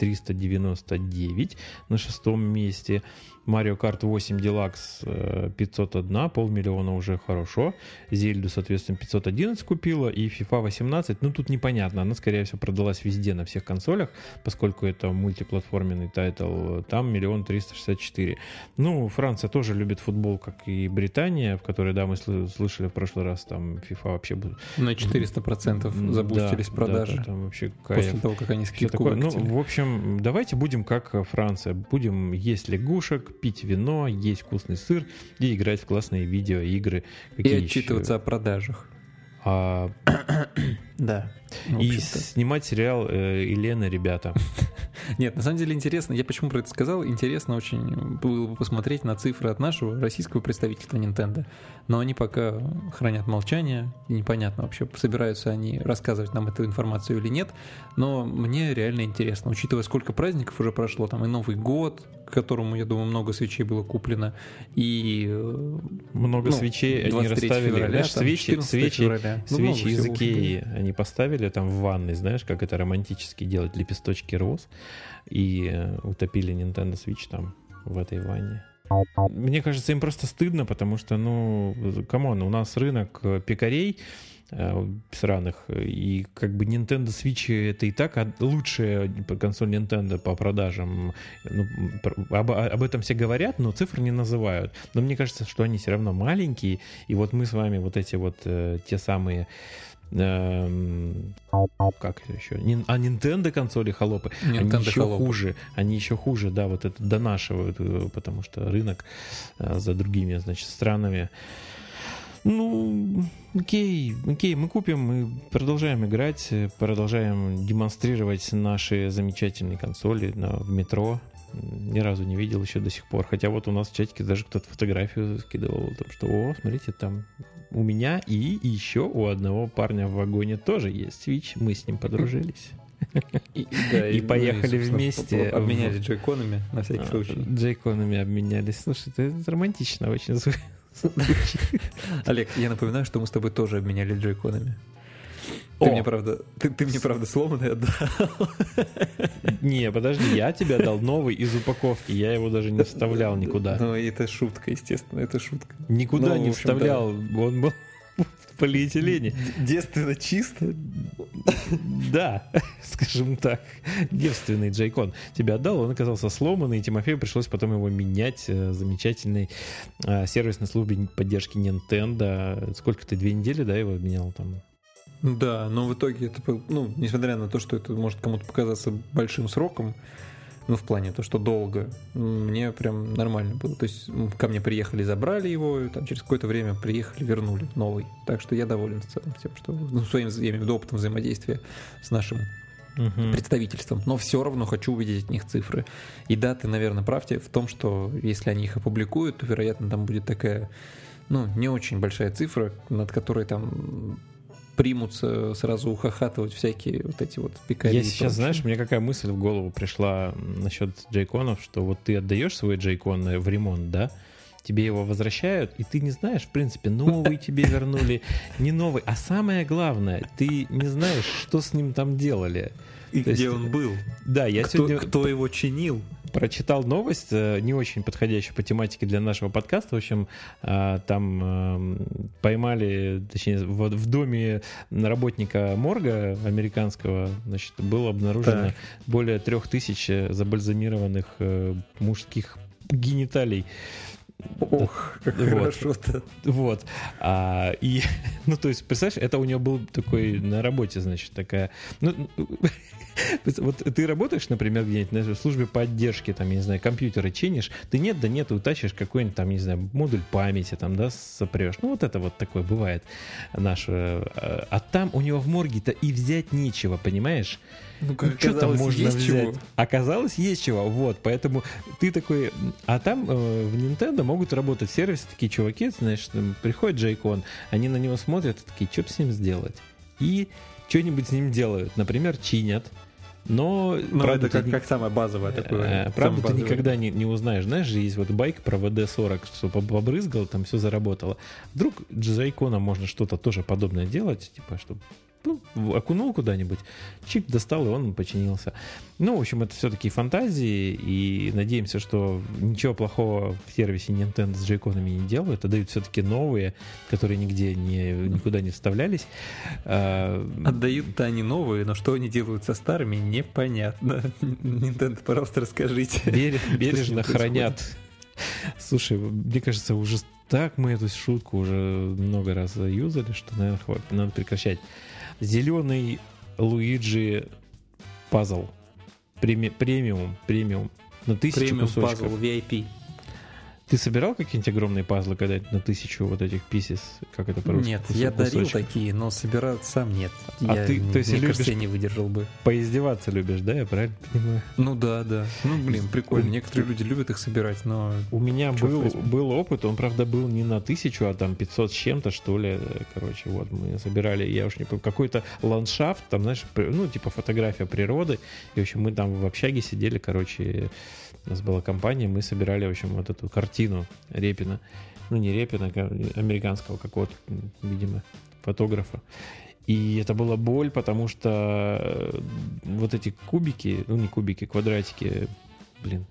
399 на 6-м месте, Mario Kart 8 Deluxe 501, 500 000 уже хорошо, Зельду, соответственно, 511 купила, и FIFA 18, ну тут непонятно, она, скорее всего, продалась везде на всех консолях, поскольку это мультиплатформенный тайтл, там 1 364 000. Ну, Франция тоже любит футбол, как и Британия, в которой, да, мы слышали в прошлый раз, там FIFA вообще... На 400% забустились продажи. Да, там вообще кайф. После того, как они скидку выкатили. Ну, в общем, давайте будем как Франция. Будем есть лягушек, пить вино, есть вкусный сыр и играть в классные видеоигры. И отчитываться о продажах. Да. И снимать сериал «Елена, ребята». Нет, на самом деле интересно, я почему про это сказал, интересно очень было бы посмотреть на цифры от нашего российского представительства Nintendo, но они пока хранят молчание, и непонятно вообще, собираются они рассказывать нам эту информацию или нет, но мне реально интересно, учитывая, сколько праздников уже прошло, там и Новый год, к которому, я думаю, много свечей было куплено, и... Много свечей они расставили, февраля, знаешь, свечи из Икеи они поставили там в ванной, знаешь, как это романтически делать, лепесточки роз, и утопили Nintendo Switch там в этой ванне. Мне кажется, им просто стыдно, потому что, ну, камон, у нас рынок пекарей сраных, и как бы Nintendo Switch это и так лучшая консоль Nintendo по продажам. Ну, об этом все говорят, но цифр не называют. Но мне кажется, что они все равно маленькие, и вот мы с вами вот эти вот те самые как это еще? Nintendo консоли холопы, они еще хуже, да, вот это донашивают, потому что рынок за другими, значит, странами. Ну, окей, мы купим, мы продолжаем играть, продолжаем демонстрировать наши замечательные консоли в метро. Ни разу не видел еще до сих пор. Хотя вот у нас в чатике даже кто-то фотографию скидывал, там, что, о, смотрите, там у меня и еще у одного парня в вагоне тоже есть Switch, мы с ним подружились. И поехали вместе. Обменялись джойконами на всякий случай. Джойконами обменялись. Слушай, это романтично очень звучит. Олег, я напоминаю, что мы с тобой тоже обменялись джойконами. Ты мне, правда, сломанный отдал? Не, подожди, я тебе дал новый из упаковки, я его даже не вставлял никуда. Ну, это шутка, естественно, это шутка. Никуда не вставлял, он был в полиэтилене. Девственно чисто. Да, скажем так, девственный Joy-Con тебе отдал, он оказался сломанный, и Тимофею пришлось потом его менять. Замечательной сервисной службе поддержки Nintendo. Сколько ты, 2 недели, да, его менял там? Да, но в итоге это, ну, несмотря на то, что это может кому-то показаться большим сроком, ну, в плане то, что долго, мне прям нормально было. То есть ко мне приехали, забрали его, и там через какое-то время приехали, вернули новый. Так что я доволен в целом тем, что, ну, своим, я имею в виду, опытом взаимодействия с нашим представительством. Но все равно хочу увидеть от них цифры. И да, ты, наверное, прав в том, что если они их опубликуют, то, вероятно, там будет такая, ну, не очень большая цифра, над которой там примутся сразу ухахатывать всякие вот эти вот пикари. Я сейчас, знаешь, мне какая мысль в голову пришла насчет джейконов, что вот ты отдаешь свой джейкон в ремонт, да, тебе его возвращают, и ты не знаешь, в принципе, новый тебе вернули, не новый. А самое главное, ты не знаешь, что с ним там делали. И то где есть, он был. Да, я сегодня... Кто его чинил. Прочитал новость, не очень подходящую по тематике для нашего подкаста. В общем, там поймали, точнее, в доме работника морга американского, значит, было обнаружено более 3000 забальзамированных мужских гениталий. Ох, как хорошо-то. Вот. И, ну, то есть, представляешь, это у него был такой на работе, значит, такая... Ну, вот ты работаешь, например, где-нибудь на службе поддержки, там, я не знаю, компьютеры чинишь, ты нет, утащишь какой-нибудь там, не знаю, модуль памяти, там, да, сопрешь. Ну, вот это вот такое бывает наше. А там у него в морге-то и взять нечего, понимаешь? Ну, как что там можно есть взять? чего. Оказалось, есть чего. Вот, поэтому ты такой... А там в Nintendo могут работать сервисы, такие чуваки, знаешь, приходит Joy-Con, они на него смотрят и такие, что бы с ним сделать? И что-нибудь с ним делают. Например, чинят. Но правда, это как самое базовое такое. Правда, ты никогда не узнаешь. Знаешь же, есть вот байк про VD40, что побрызгал, там все заработало. Вдруг Joy-Con можно что-то тоже подобное делать, типа, чтобы окунул куда-нибудь, чип достал, и он починился. Ну, в общем, это все-таки фантазии, и надеемся, что ничего плохого в сервисе Nintendo с Joy-Con'ами не делают, а дают все-таки новые, которые нигде никуда не вставлялись. Отдают-то они новые, но что они делают со старыми, непонятно. Nintendo, пожалуйста, расскажите. Бережно хранят. Слушай, мне кажется, уже так мы эту шутку уже много раз юзали, что, наверное, хватит, надо прекращать. Зеленый Луиджи пазл. Премиум. На 1000 премиум кусочков. Пазл VIP. Ты собирал какие-нибудь огромные пазлы когда-нибудь на 1000 вот этих pieces? Как это по-русски? Нет, я дарил такие, но собирать сам нет. Ты, то есть, мне любишь, кажется, я не выдержал бы. Поиздеваться любишь, да? Я правильно понимаю? Ну да. Ну, блин, прикольно. Некоторые люди любят их собирать, но... У меня был опыт, он, правда, был не на 1000, а там 500 с чем-то, что ли. Короче, вот мы собирали, я уж не помню, какой-то ландшафт, там, знаешь, ну, типа фотография природы. И, в общем, мы там в общаге сидели, короче... У нас была компания, мы собирали, в общем, вот эту картину Репина. Ну, не Репина, а американского какого-то, видимо, фотографа. И это была боль, потому что вот эти кубики, ну, не кубики, квадратики, блин,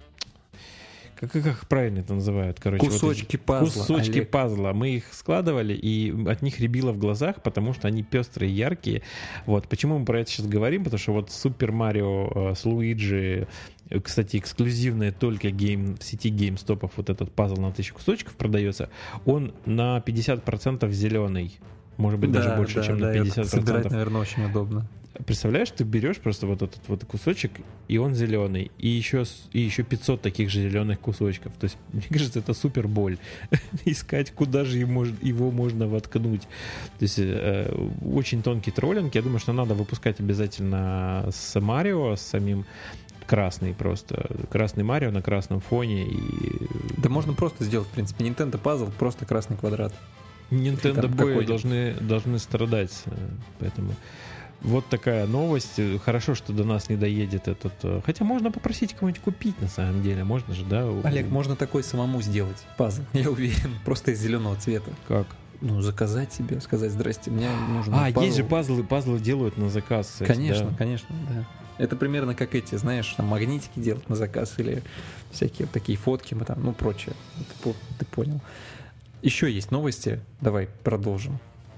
как правильно это называют? Короче, кусочки вот пазла. Кусочки Олег. пазла. Мы их складывали, и от них рябило в глазах, потому что они пестрые, яркие. Вот. Почему мы про это сейчас говорим? Потому что вот Супер Марио с Луиджи, кстати, эксклюзивная только в сети GameStop, вот этот пазл на 1000 кусочков продается, он на 50% зеленый. Может быть, даже больше, чем на 50%. Собирать, наверное, очень удобно. Представляешь, ты берешь просто вот этот вот кусочек, и он зеленый, и еще 500 таких же зеленых кусочков. То есть, мне кажется, это супер боль. Искать, куда же его можно воткнуть. То есть, очень тонкий троллинг. Я думаю, что надо выпускать обязательно с Марио, с самим красный просто. Красный Марио на красном фоне. Да можно просто сделать, в принципе, Nintendo Puzzle, просто красный квадрат. Nintendo бои должны страдать, поэтому... Вот такая новость. Хорошо, что до нас не доедет этот... Хотя можно попросить кого-нибудь купить, на самом деле. Можно же, да? Олег, можно такой самому сделать пазл, я уверен. Просто из зеленого цвета. Как? Ну, заказать себе, сказать: здрасте, мне нужен пазл. Есть же пазлы делают на заказ. Кстати, конечно, да. Это примерно как эти, знаешь, там магнитики делают на заказ или всякие вот такие фотки, там, ну, прочее. Ты понял. Еще есть новости. Давай продолжим.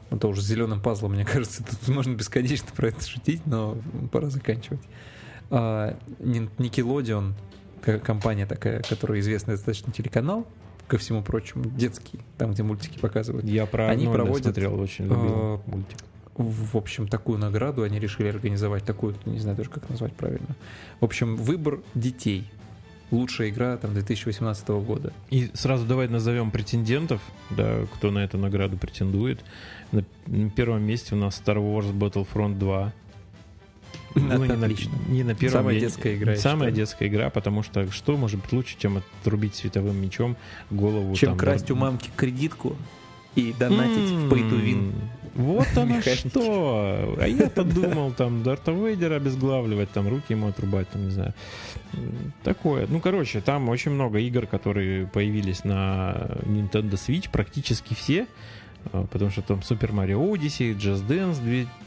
Это уже с зеленым пазлом, мне кажется, тут можно бесконечно про это шутить, но пора заканчивать. Nickelodeon, компания такая, которая известный достаточно телеканал, ко всему прочему, детский, там, где мультики показывают. Я про Арнольда смотрел, очень любил мультик. В общем, такую награду они решили организовать, такую, не знаю даже, как назвать правильно. В общем, выбор детей. Лучшая игра там 2018 года. И сразу давай назовем претендентов, да, кто на эту награду претендует. На первом месте у нас Star Wars Battlefront 2. Отлично. Не на первом Самая детская игра. Самая детская игра, потому что что может быть лучше, чем отрубить световым мечом голову? Чем красть у мамки кредитку и донатить в Pay to Win. Вот оно что! А я-то думал, там, Дарта Вейдера обезглавливать, там, руки ему отрубать, там, не знаю. Такое. Ну, короче, там очень много игр, которые появились на Nintendo Switch, практически все, потому что там Super Mario Odyssey, Just Dance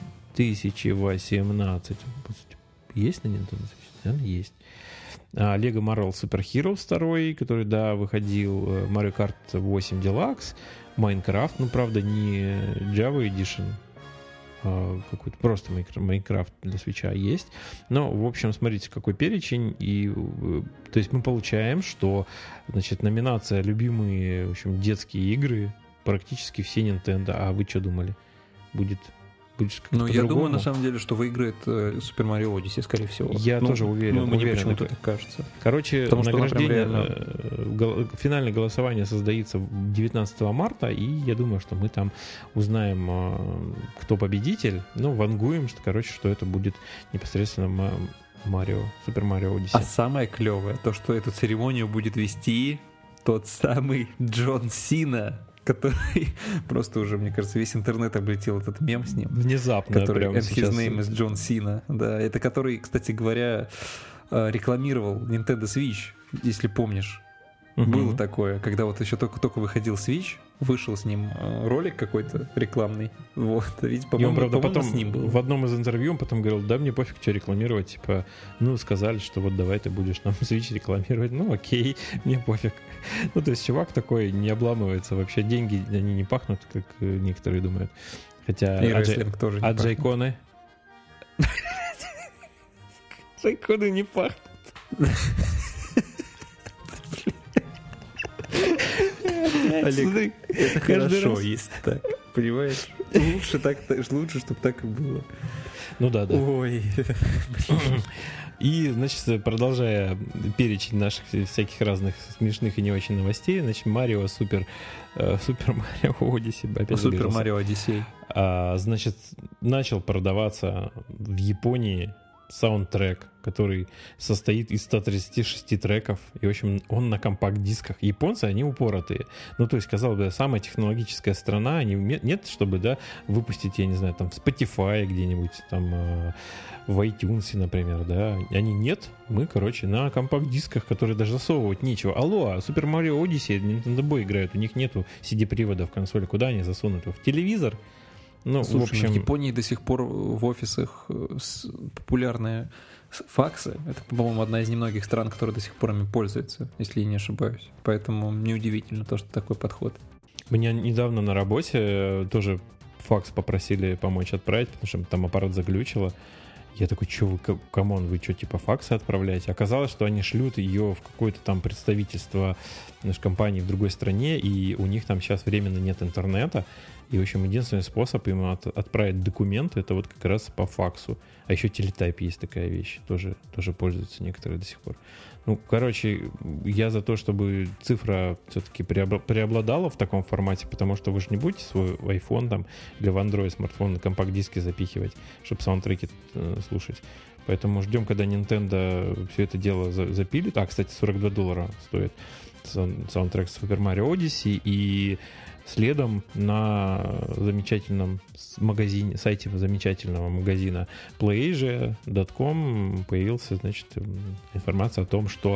2018. Есть на Nintendo Switch? Наверное, есть. Lego Marvel Super Heroes 2, который, да, выходил, Mario Kart 8 Deluxe, Minecraft, ну, правда, не Java Edition, а какой-то просто Minecraft для Switch'а есть. Но, в общем, смотрите, какой перечень. И, то есть мы получаем, что, значит, номинация «Любимые, в общем, детские игры» практически все Nintendo. А вы что думали? Будет как-то Ну, по-другому? я думаю, на самом деле, что выиграет Super Mario Odyssey, скорее всего. Я тоже уверен. Мне почему-то так кажется. Короче, Потому что награждение, финальное голосование состоится 19 марта, и я думаю, что мы там узнаем, кто победитель. Ну, вангуем, что это будет непосредственно Super Mario Odyssey. А самое клевое, то, что эту церемонию будет вести тот самый Джон Сина, который просто уже, мне кажется, весь интернет облетел этот мем с ним. Внезапно. Который прямо And сейчас. His Name is John Cena. Да, это который, кстати говоря, рекламировал Nintendo Switch, если помнишь. Было такое, когда вот еще только выходил Switch, вышел с ним ролик какой-то рекламный. Вот, ведь, по-моему, правда, потом с ним был. в одном из интервью он потом говорил, да, мне пофиг, что рекламировать, типа, ну, сказали, что вот давай ты будешь нам Switch рекламировать, ну, окей, мне пофиг. Ну, то есть чувак такой не обламывается, вообще деньги, они не пахнут, как некоторые думают. Хотя... И рестлинг тоже не пахнет. Джейконы? Джейконы не пахнут. Олег, это хорошо, если так, понимаешь? Лучше, чтобы так и было. Ну да. Ой. И, значит, продолжая перечень наших всяких разных смешных и не очень новостей, значит, Супер Марио Одиссей, опять Супер Марио Одиссей. Значит, начал продаваться в Японии саундтрек, который состоит из 136 треков, и, в общем, он на компакт-дисках. Японцы, они упоротые. Ну, то есть, казалось бы, самая технологическая страна, они нет, чтобы, да, выпустить, я не знаю, там, в Spotify где-нибудь, там, в iTunes, например, да. Они нет, мы, короче, на компакт-дисках, которые даже засовывать нечего. Алло, Super Mario Odyssey, Nintendo Boy играют, у них нету CD-привода в консоли, куда они засунут его? В телевизор? Ну, слушай, в общем... в Японии до сих пор в офисах популярные факсы. Это, по-моему, одна из немногих стран, которая до сих пор ими пользуется, если я не ошибаюсь. Поэтому неудивительно то, что такой подход. Меня недавно на работе тоже факс попросили помочь отправить, потому что там аппарат заглючило. Я такой, что вы, камон, вы что, типа факсы отправляете? Оказалось, что они шлют ее в какое-то там представительство нашей компании в другой стране, и у них там сейчас временно нет интернета. И, в общем, единственный способ им отправить документы, это вот как раз по факсу. А еще телетайп есть такая вещь, тоже пользуются некоторые до сих пор. Ну, короче, я за то, чтобы цифра все-таки преобладала в таком формате, потому что вы же не будете свой iPhone там или в Android смартфон на компакт-диски запихивать, чтобы саундтреки слушать. Поэтому ждем, когда Nintendo все это дело запилит. Кстати, $42 стоит саундтрек Super Mario Odyssey, и следом на замечательном сайте замечательного магазина PlayAsia.com появился, значит, информация о том, что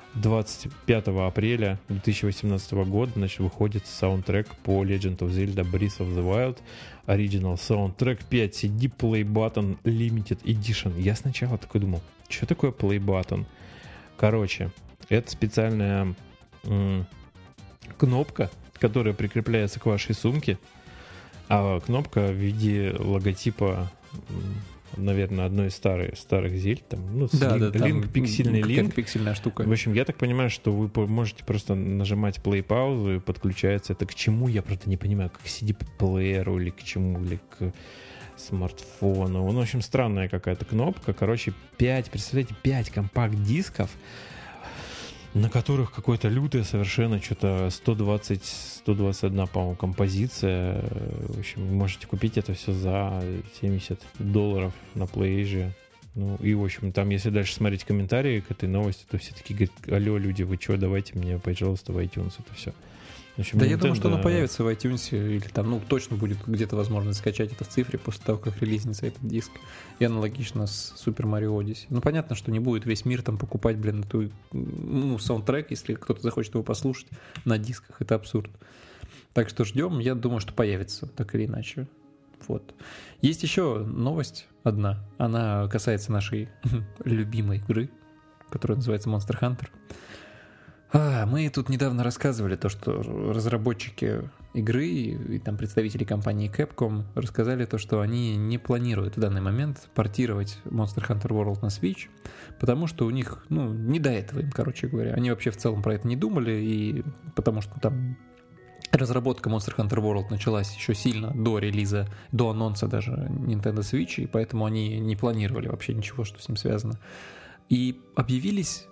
25 апреля 2018 года, значит, выходит саундтрек по Legend of Zelda Breath of the Wild Original Soundtrack 5 CD Play Button Limited Edition. Я сначала такой думал, что такое Play Button? Короче, это специальная кнопка, которая прикрепляется к вашей сумке. А кнопка в виде логотипа, наверное, одной из старых Зель, там, ну, линк, пиксельный линк. Пиксельная штука. В общем, я так понимаю, что вы можете просто нажимать play-паузу, и подключается это к чему, я просто не понимаю, как к CD-плееру или к чему, или к смартфону. Ну, в общем, странная какая-то кнопка. Короче, 5 компакт-дисков, на которых какое-то лютое совершенно что-то 121, по-моему, композиция. В общем, вы можете купить это все за $70 на PlayAsia. Ну, и, в общем, там, если дальше смотреть комментарии к этой новости, то все такие говорят: алло, люди, вы что, давайте мне, пожалуйста, в iTunes это все. В общем, да, Nintendo... я думаю, что оно появится в iTunes, или там, ну, точно будет где-то возможность скачать это в цифре после того, как релизнется этот диск. И аналогично с Super Mario Odyssey. Ну, понятно, что не будет весь мир там покупать, эту, ну, саундтрек, если кто-то захочет его послушать на дисках. Это абсурд. Так что ждем. Я думаю, что появится, так или иначе. Вот. Есть еще новость одна. Она касается нашей любимой игры, которая называется Monster Hunter. Мы тут недавно рассказывали то, что разработчики игры и там представители компании Capcom рассказали то, что они не планируют в данный момент портировать Monster Hunter World на Switch, потому что у них, ну, не до этого им, короче говоря. Они вообще в целом про это не думали, и потому что там разработка Monster Hunter World началась еще сильно до релиза, до анонса даже Nintendo Switch, и поэтому они не планировали вообще ничего, что с ним связано. И объявился,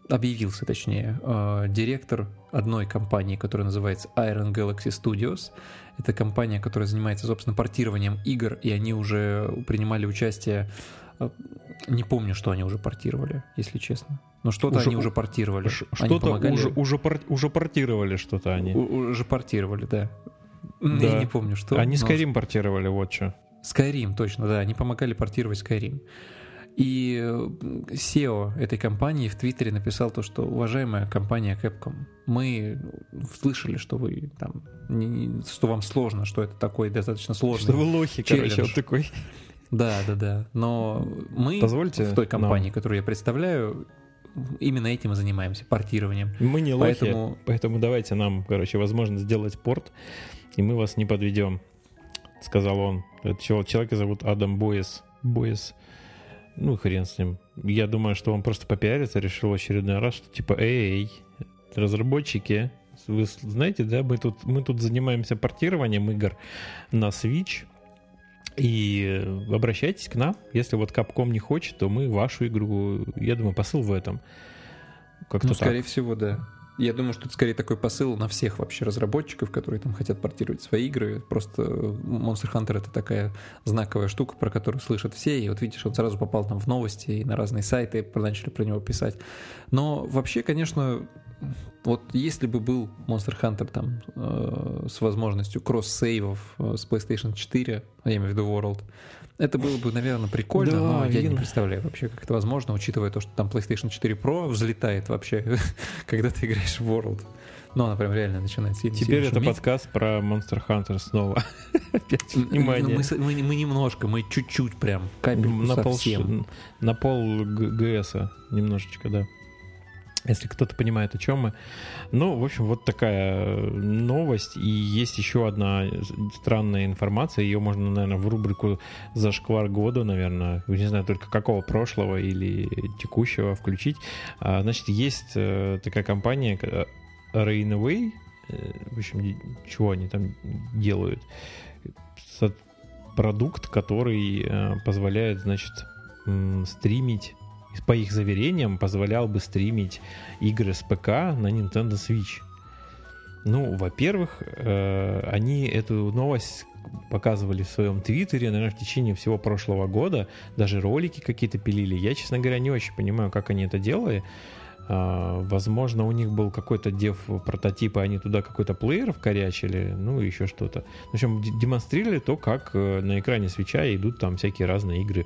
директор одной компании, которая называется Iron Galaxy Studios. Это компания, которая занимается, собственно, портированием игр, и они уже принимали участие... Не помню, что они уже портировали, если честно. Но что-то они уже портировали. Что-то уже портировали что-то они. Уже портировали, да. Да. Я не помню, что. Они Skyrim портировали, вот что. Skyrim, точно, да. Они помогали портировать Skyrim. И SEO этой компании в Твиттере написал то, что: уважаемая компания Capcom, мы слышали, что вы там, что вам сложно, что это такой достаточно сложный что вы лохи, челлендж. короче, вот такой. Да. Но мы в той компании, которую я представляю, именно этим и занимаемся, портированием. Мы не лохи, поэтому давайте нам, короче, возможность сделать порт, и мы вас не подведем, сказал он. Этот человека зовут Адам Бойес. Ну, хрен с ним. Я думаю, что он просто попиариться решил в очередной раз, что типа: эй, разработчики, вы знаете, да, мы тут занимаемся портированием игр на Switch, и обращайтесь к нам. Если вот Capcom не хочет, то мы вашу игру... Я думаю, посыл в этом. Как-то так. Скорее всего, да. Я думаю, что это скорее такой посыл на всех вообще разработчиков, которые там хотят портировать свои игры. Просто Monster Hunter — это такая знаковая штука, про которую слышат все. И вот видишь, он сразу попал там в новости и на разные сайты начали про него писать. Но вообще, конечно, вот если бы был Monster Hunter там с возможностью кросс-сейвов с PlayStation 4, я имею в виду World, это было бы, наверное, прикольно, да, но я не представляю вообще, как это возможно, учитывая то, что там PlayStation 4 Pro взлетает вообще, когда ты играешь в World. Ну, она прям реально начинает сильно Теперь это шуметь. Подкаст про Monster Hunter снова. Опять внимание. Мы немножко, мы чуть-чуть прям, капельку совсем. На пол ГСа немножечко, да. Если кто-то понимает, о чем мы. Ну, в общем, вот такая новость. И есть еще одна странная информация. Ее можно, наверное, в рубрику «Зашквар года», наверное, не знаю только какого, прошлого или текущего, включить. Значит, есть такая компания Rainway. В общем, чего они там делают? Продукт, который позволяет, значит, стримить, по их заверениям, позволял бы стримить игры с ПК на Nintendo Switch. Ну, во-первых, они эту новость показывали в своем твиттере, наверное, в течение всего прошлого года. Даже ролики какие-то пилили. Я, честно говоря, не очень понимаю, как они это делали. Возможно, у них был какой-то дев-прототип, и они туда какой-то плеер вкорячили, ну и еще что-то. В общем, демонстрировали то, как на экране Switch'а идут там всякие разные игры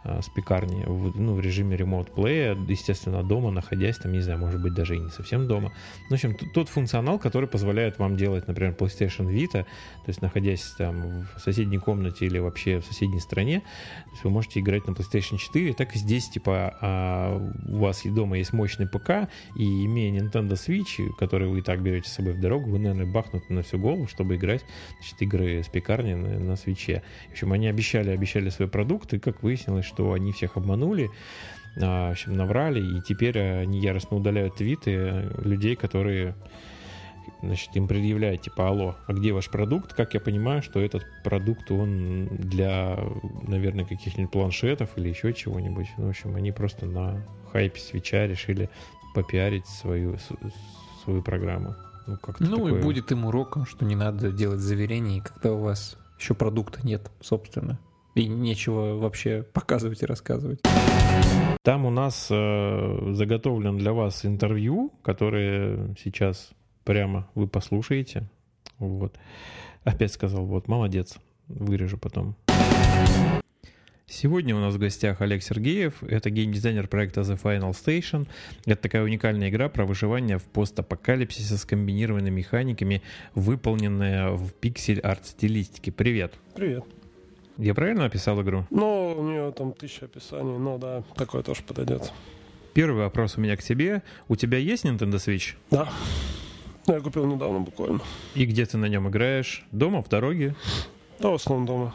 с пекарни в режиме remote play, естественно, дома, находясь там, не знаю, может быть, даже и не совсем дома. В общем, тот функционал, который позволяет вам делать, например, PlayStation Vita, то есть находясь там в соседней комнате или вообще в соседней стране, то есть вы можете играть на PlayStation 4, так и здесь, типа, у вас и дома есть мощный ПК, и имея Nintendo Switch, который вы и так берете с собой в дорогу, вы, наверное, бахнуты на всю голову, чтобы играть, значит, игры с пекарни на Switch. В общем, они обещали свой продукт, и как выяснилось, что они всех обманули, в общем, наврали, и теперь они яростно удаляют твиты людей, которые, значит, им предъявляют, типа, алло, а где ваш продукт? Как я понимаю, что этот продукт, он для, наверное, каких-нибудь планшетов или еще чего-нибудь. В общем, они просто на хайпе Свитча решили попиарить свою программу. И будет им уроком, что не надо делать заверений, когда у вас еще продукта нет, собственно. И нечего вообще показывать и рассказывать. Там у нас заготовлен для вас интервью, которое сейчас прямо вы послушаете. Вот. Опять сказал, вот, молодец. Вырежу потом. Сегодня у нас в гостях Олег Сергеев. Это геймдизайнер проекта The Final Station. Это такая уникальная игра про выживание в постапокалипсисе с комбинированными механиками, выполненная в пиксель-арт стилистике. Привет. Привет. Я правильно описал игру? Ну, у нее там 1000 описаний, но да, такое тоже подойдет. Первый вопрос у меня к тебе. У тебя есть Nintendo Switch? Да. Я купил недавно буквально. И где ты на нем играешь? Дома, в дороге? Да, в основном дома.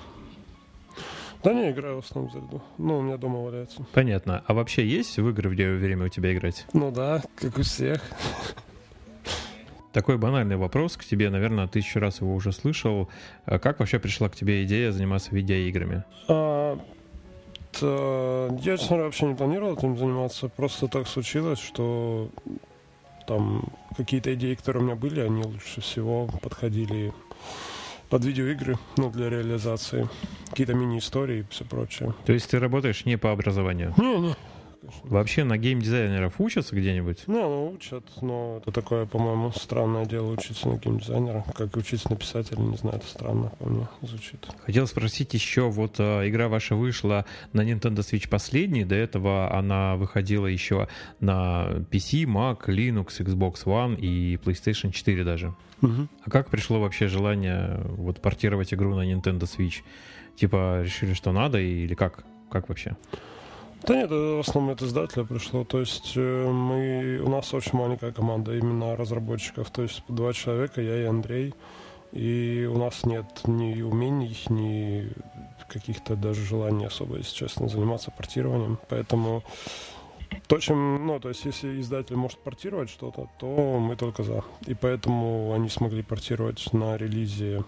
Да не, играю в основном в Зельду. Ну, у меня дома валяется. Понятно. А вообще есть в игры, где время у тебя играть? Ну да, как у всех. Такой банальный вопрос к тебе, наверное, 1000 раз его уже слышал. Как вообще пришла к тебе идея заниматься видеоиграми? Я, честно говоря, вообще не планировал этим заниматься. Просто так случилось, что там какие-то идеи, которые у меня были, они лучше всего подходили под видеоигры, ну, для реализации. Какие-то мини-истории и все прочее. То есть ты работаешь не по образованию? Не. Вообще на геймдизайнеров учатся где-нибудь? Ну, учат, но это такое, по-моему, странное дело учиться на геймдизайнера. Как учиться на писателя, не знаю, это странно по мне звучит. Хотел спросить еще, вот игра ваша вышла на Nintendo Switch последней, до этого она выходила еще на PC, Mac, Linux, Xbox One и PlayStation 4 даже. Угу. А как пришло вообще желание вот портировать игру на Nintendo Switch? Типа решили, что надо, или как? Как вообще? Да нет, в основном от издателя пришло. То есть у нас очень маленькая команда именно разработчиков. То есть 2 человека, я и Андрей. И у нас нет ни умений, ни каких-то даже желаний особо, если честно, заниматься портированием. Поэтому то есть если издатель может портировать что-то, то мы только за. И поэтому они смогли портировать на релизе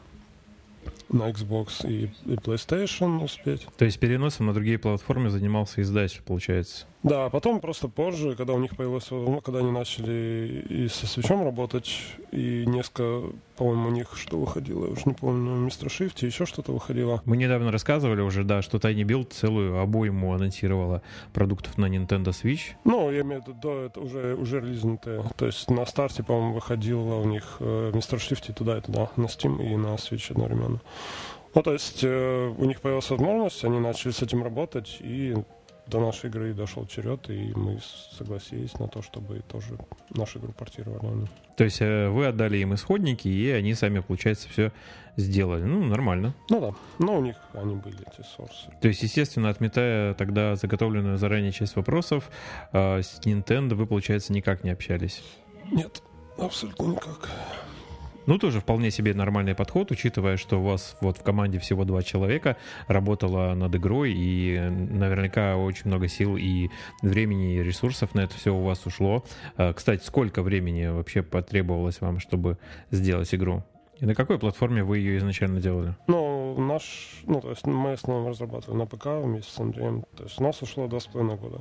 на Xbox и PlayStation успеть. То есть переносом на другие платформы занимался издатель, получается? Да, потом просто позже, когда у них появилось, когда они начали и со Switch'ом работать, и несколько, по-моему, у них что выходило, я уже не помню, Mr. Shift, и еще что-то выходило. Мы недавно рассказывали уже, да, что Tiny Build целую обойму анонсировала продуктов на Nintendo Switch. Ну, я имею в виду, да, это уже релизнутые. То есть на старте, по-моему, выходило у них Mr. Shift и туда, на Steam и на Switch одновременно. Ну, то есть у них появилась возможность, они начали с этим работать, и до нашей игры дошел черед, и мы согласились на то, чтобы тоже нашу игру портировали. То есть вы отдали им исходники, и они сами, получается, все сделали. Ну, нормально. Ну да, но у них они были, эти сорсы. То есть, естественно, отметая тогда заготовленную заранее часть вопросов, с Nintendo вы, получается, никак не общались? Нет, абсолютно никак. Ну, тоже вполне себе нормальный подход, учитывая, что у вас вот в команде всего 2 человека работало над игрой, и наверняка очень много сил и времени, и ресурсов на это все у вас ушло. Кстати, сколько времени вообще потребовалось вам, чтобы сделать игру? И на какой платформе вы ее изначально делали? Ну, то есть мы в основном разрабатывали на ПК вместе с Андреем. То есть у нас ушло 2,5 года.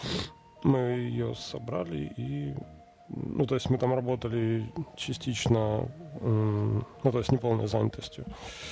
Мы ее собрали и... Ну, то есть мы там работали частично, то есть неполной занятостью.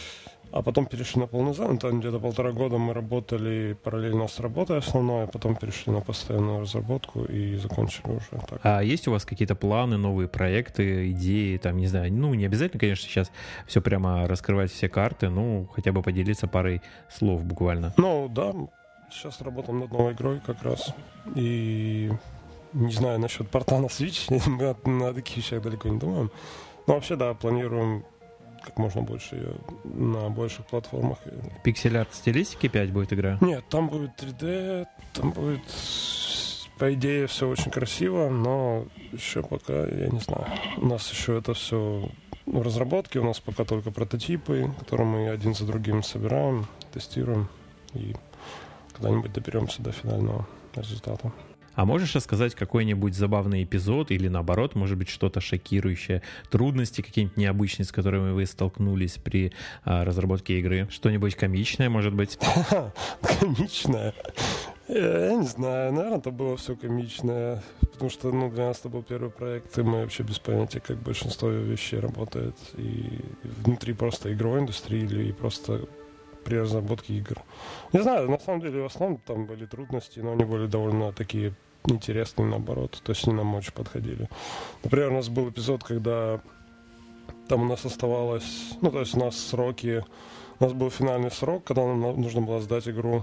А потом перешли на полную занятость. Там где-то 1,5 года мы работали параллельно с работой основной, а потом перешли на постоянную разработку и закончили уже так. А есть у вас какие-то планы, новые проекты, идеи, там, не знаю, ну, не обязательно, конечно, сейчас все прямо раскрывать все карты, ну, хотя бы поделиться парой слов буквально. Ну, да, сейчас работаем над новой игрой как раз. И не знаю насчет порта на Switch, мы на таких вещах далеко не думаем. Но вообще, да, планируем как можно больше ее на больших платформах. Пиксель-арт стилистики 5 будет игра? Нет, там будет 3D, там будет, по идее, все очень красиво, но еще пока, я не знаю. У нас еще это все в разработке, у нас пока только прототипы, которые мы один за другим собираем, тестируем и когда-нибудь доберемся до финального результата. А можешь рассказать какой-нибудь забавный эпизод или, наоборот, может быть, что-то шокирующее, трудности какие-нибудь необычные, с которыми вы столкнулись при разработке игры? Что-нибудь комичное, может быть? Комичное? Я не знаю, наверное, это было все комичное, потому что для нас это был первый проект, и мы вообще без понятия, как большинство вещей работает, и внутри просто игровой индустрии или просто при разработке игр. Не знаю, на самом деле в основном там были трудности, но они были довольно такие интересные, наоборот. То есть они нам очень подходили. Например, у нас был эпизод, когда там у нас оставалось... то есть у нас сроки... У нас был финальный срок, когда нам нужно было сдать игру.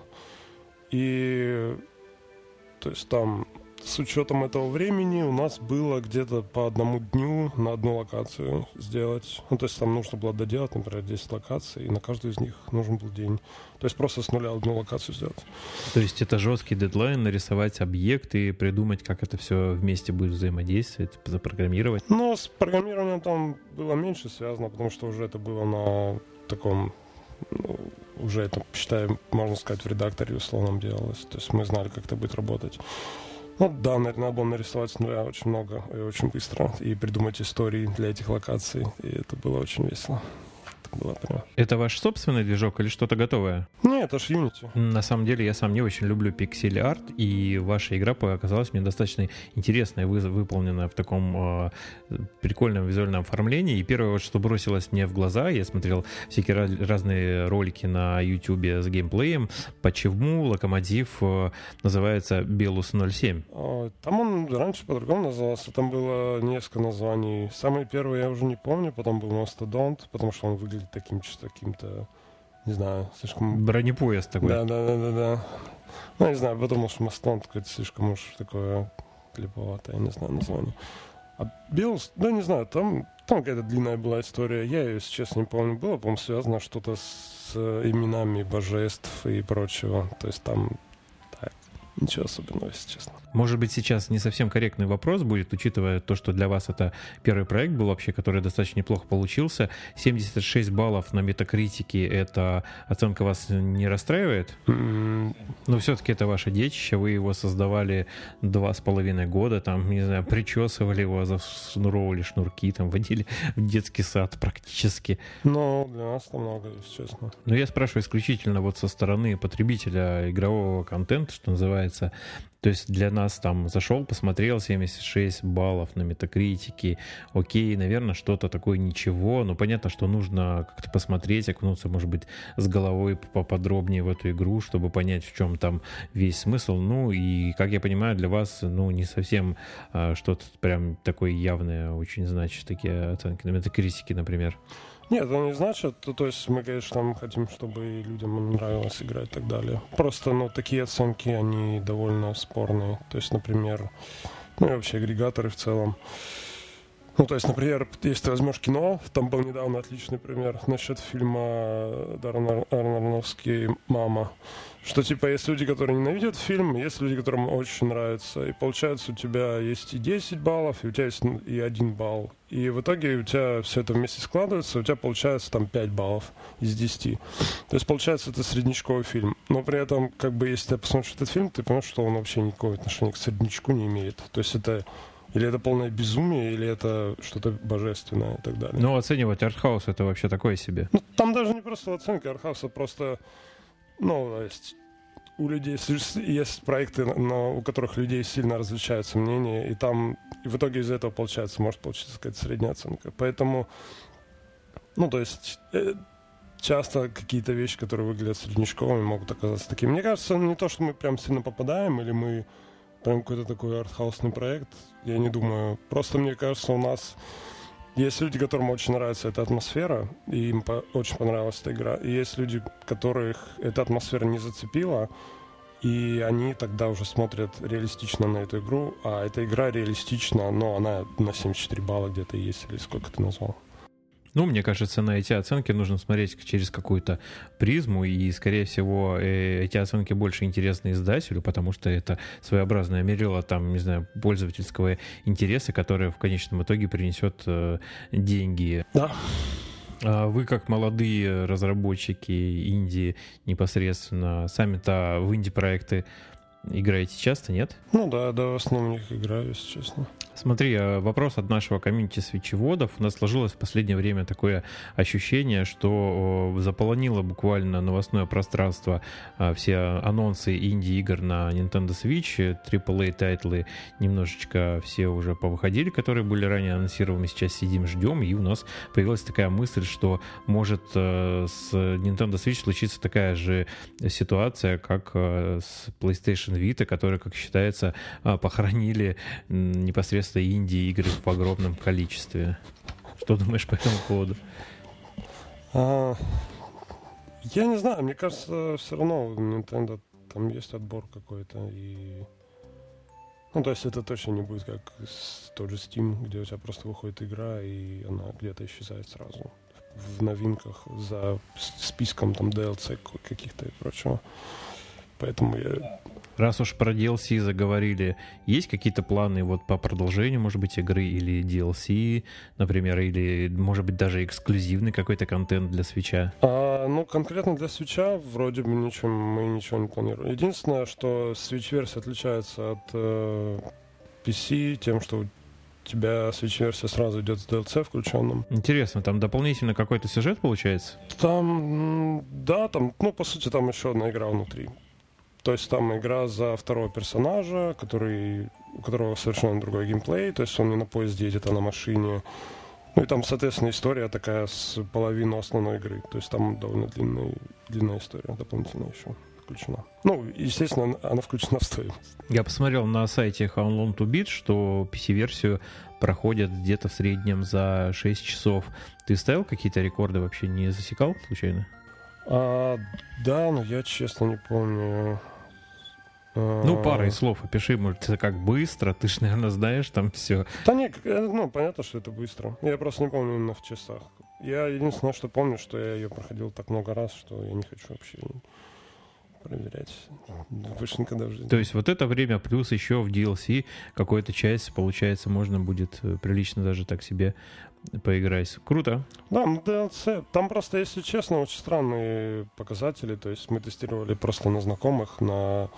И... То есть там с учетом этого времени у нас было где-то по одному дню на одну локацию сделать. То есть там нужно было доделать, например, 10 локаций, и на каждую из них нужен был день. То есть просто с нуля одну локацию сделать. То есть это жесткий дедлайн, нарисовать объекты, придумать, как это все вместе будет взаимодействовать, запрограммировать? С программированием там было меньше связано, потому что уже это было на таком... уже это, считаем, можно сказать, в редакторе условном делалось. То есть мы знали, как это будет работать. Да, надо было нарисовать с нуля очень много и очень быстро, и придумать истории для этих локаций, и это было очень весело. Это ваш собственный движок или что-то готовое? Нет, это ж Unity. На самом деле я сам не очень люблю пиксель-арт, и ваша игра показалась мне достаточно интересной, выполнена в таком прикольном визуальном оформлении. И первое, что бросилось мне в глаза, я смотрел всякие разные ролики на YouTube с геймплеем, почему локомотив называется Белус 07. Там он раньше по-другому назывался, там было несколько названий. Самый первый я уже не помню, потом был Мастодонт, потому что он выглядит таким чисто каким-то, не знаю, слишком... Бронепоезд такой. Да. Не знаю, подумал, что Мастодонт какое-то слишком уж такое клеповатое, не знаю, название. А Белус, не знаю, там какая-то длинная была история, я ее, если честно, не помню, было, по-моему, связано что-то с именами божеств и прочего, то есть там ничего особенного, если честно. Может быть, сейчас не совсем корректный вопрос будет, учитывая то, что для вас это первый проект был вообще, который достаточно неплохо получился. 76 баллов на метакритике, эта оценка вас не расстраивает? Но все-таки это ваше детище, вы его создавали 2,5 года, там, не знаю, причесывали его, зашнуровывали шнурки, там, водили в детский сад практически. Для нас это много, если честно. Но я спрашиваю исключительно вот со стороны потребителя игрового контента, что называется. То есть для нас там зашел, посмотрел 76 баллов на метакритике, окей, наверное, что-то такое ничего, но понятно, что нужно как-то посмотреть, окунуться, может быть, с головой поподробнее в эту игру, чтобы понять, в чем там весь смысл. И, как я понимаю, для вас, не совсем что-то прям такое явное, очень значит, такие оценки на метакритике, например. Нет, это не значит, то есть мы, конечно, там хотим, чтобы людям нравилось играть и так далее. Просто, такие оценки, они довольно спорные. То есть, например, и вообще агрегаторы в целом. То есть, например, если ты возьмешь кино, там был недавно отличный пример насчет фильма Даррена Аронофски «Мама», что, есть люди, которые ненавидят фильм, есть люди, которым очень нравится, и получается, у тебя есть и 10 баллов, и у тебя есть и 1 балл, и в итоге у тебя все это вместе складывается, у тебя получается там 5 баллов из 10. То есть, получается, это среднячковый фильм, но при этом, если ты посмотришь этот фильм, ты поймешь, что он вообще никакого отношения к среднячку не имеет. То есть, это или это полное безумие, или это что-то божественное и так далее. Оценивать артхаус — это вообще такое себе. Там даже не просто оценка артхауса, просто, есть у людей есть проекты, у которых людей сильно различаются мнения, и в итоге из этого может получиться какая-то средняя оценка. Поэтому, часто какие-то вещи, которые выглядят среднячковыми, могут оказаться такими. Мне кажется, не то, что мы прям сильно попадаем, или мы прям какой-то такой артхаусный проект, я не думаю. Просто мне кажется, у нас есть люди, которым очень нравится эта атмосфера, и им очень понравилась эта игра. И есть люди, которых эта атмосфера не зацепила, И они тогда уже смотрят реалистично на эту игру, а эта игра реалистична, но она на 74 балла где-то есть, или сколько ты назвал? Ну, мне кажется, на эти оценки нужно смотреть через какую-то призму, и, скорее всего, эти оценки больше интересны издателю, потому что это своеобразное мерило, там, не знаю, пользовательского интереса, которое в конечном итоге принесет деньги. Да. А вы, как молодые разработчики инди непосредственно, сами-то в инди-проекты играете часто, нет? Ну да, в основном в них играю, если честно. Смотри, вопрос от нашего комьюнити свитчеводов. У нас сложилось в последнее время такое ощущение, что заполонило буквально новостное пространство все анонсы инди-игр на Nintendo Switch. AAA-тайтлы немножечко все уже повыходили, которые были ранее анонсированы. Сейчас сидим, ждем, и у нас появилась такая мысль, что может с Nintendo Switch случиться такая же ситуация, как с PlayStation Vita, которые, как считается, похоронили непосредственно инди-игры в огромном количестве. Что думаешь по этому поводу? Я не знаю, мне кажется, все равно у Nintendo там есть отбор какой-то. И... Ну, то есть это точно не будет как тот же Steam, где у тебя просто выходит игра, и она где-то исчезает сразу в новинках за списком там DLC каких-то и прочего. Поэтому я... Раз уж про DLC заговорили, есть какие-то планы вот по продолжению, может быть, игры или DLC, например, или, может быть, даже эксклюзивный какой-то контент для Switch'а? Ну, конкретно для Switch'а вроде бы мы ничего не планируем. Единственное, что Switch-версия отличается от PC тем, что у тебя Switch-версия сразу идет с DLC включенным. Интересно, там дополнительно какой-то сюжет получается? Там, да, там, ну, по сути, там еще одна игра внутри. То есть там игра за второго персонажа, у которого совершенно другой геймплей, то есть он не на поезде едет, а на машине. Ну и там, соответственно, история такая с половиной основной игры. То есть там довольно длинная история дополнительно еще включена. Ну, естественно, она включена в стоимость. Я посмотрел на сайте How Long to Beat, что PC-версию проходят где-то в среднем за 6 часов. Ты ставил какие-то рекорды, вообще не засекал случайно? Да, но я честно не помню. Ну, парой слов опиши, может, это как быстро, ты ж, наверное, знаешь там все. Да нет, ну, понятно, что это быстро. Я просто не помню именно в часах. Я единственное, что помню, что я ее проходил так много раз, что я не хочу вообще проверять. Больше никогда в жизни. То есть вот это время плюс еще в DLC какую-то часть, получается, можно будет прилично даже так себе поиграть. Круто. Да, ну DLC. Там просто, если честно, очень странные показатели. То есть мы тестировали просто на знакомых, на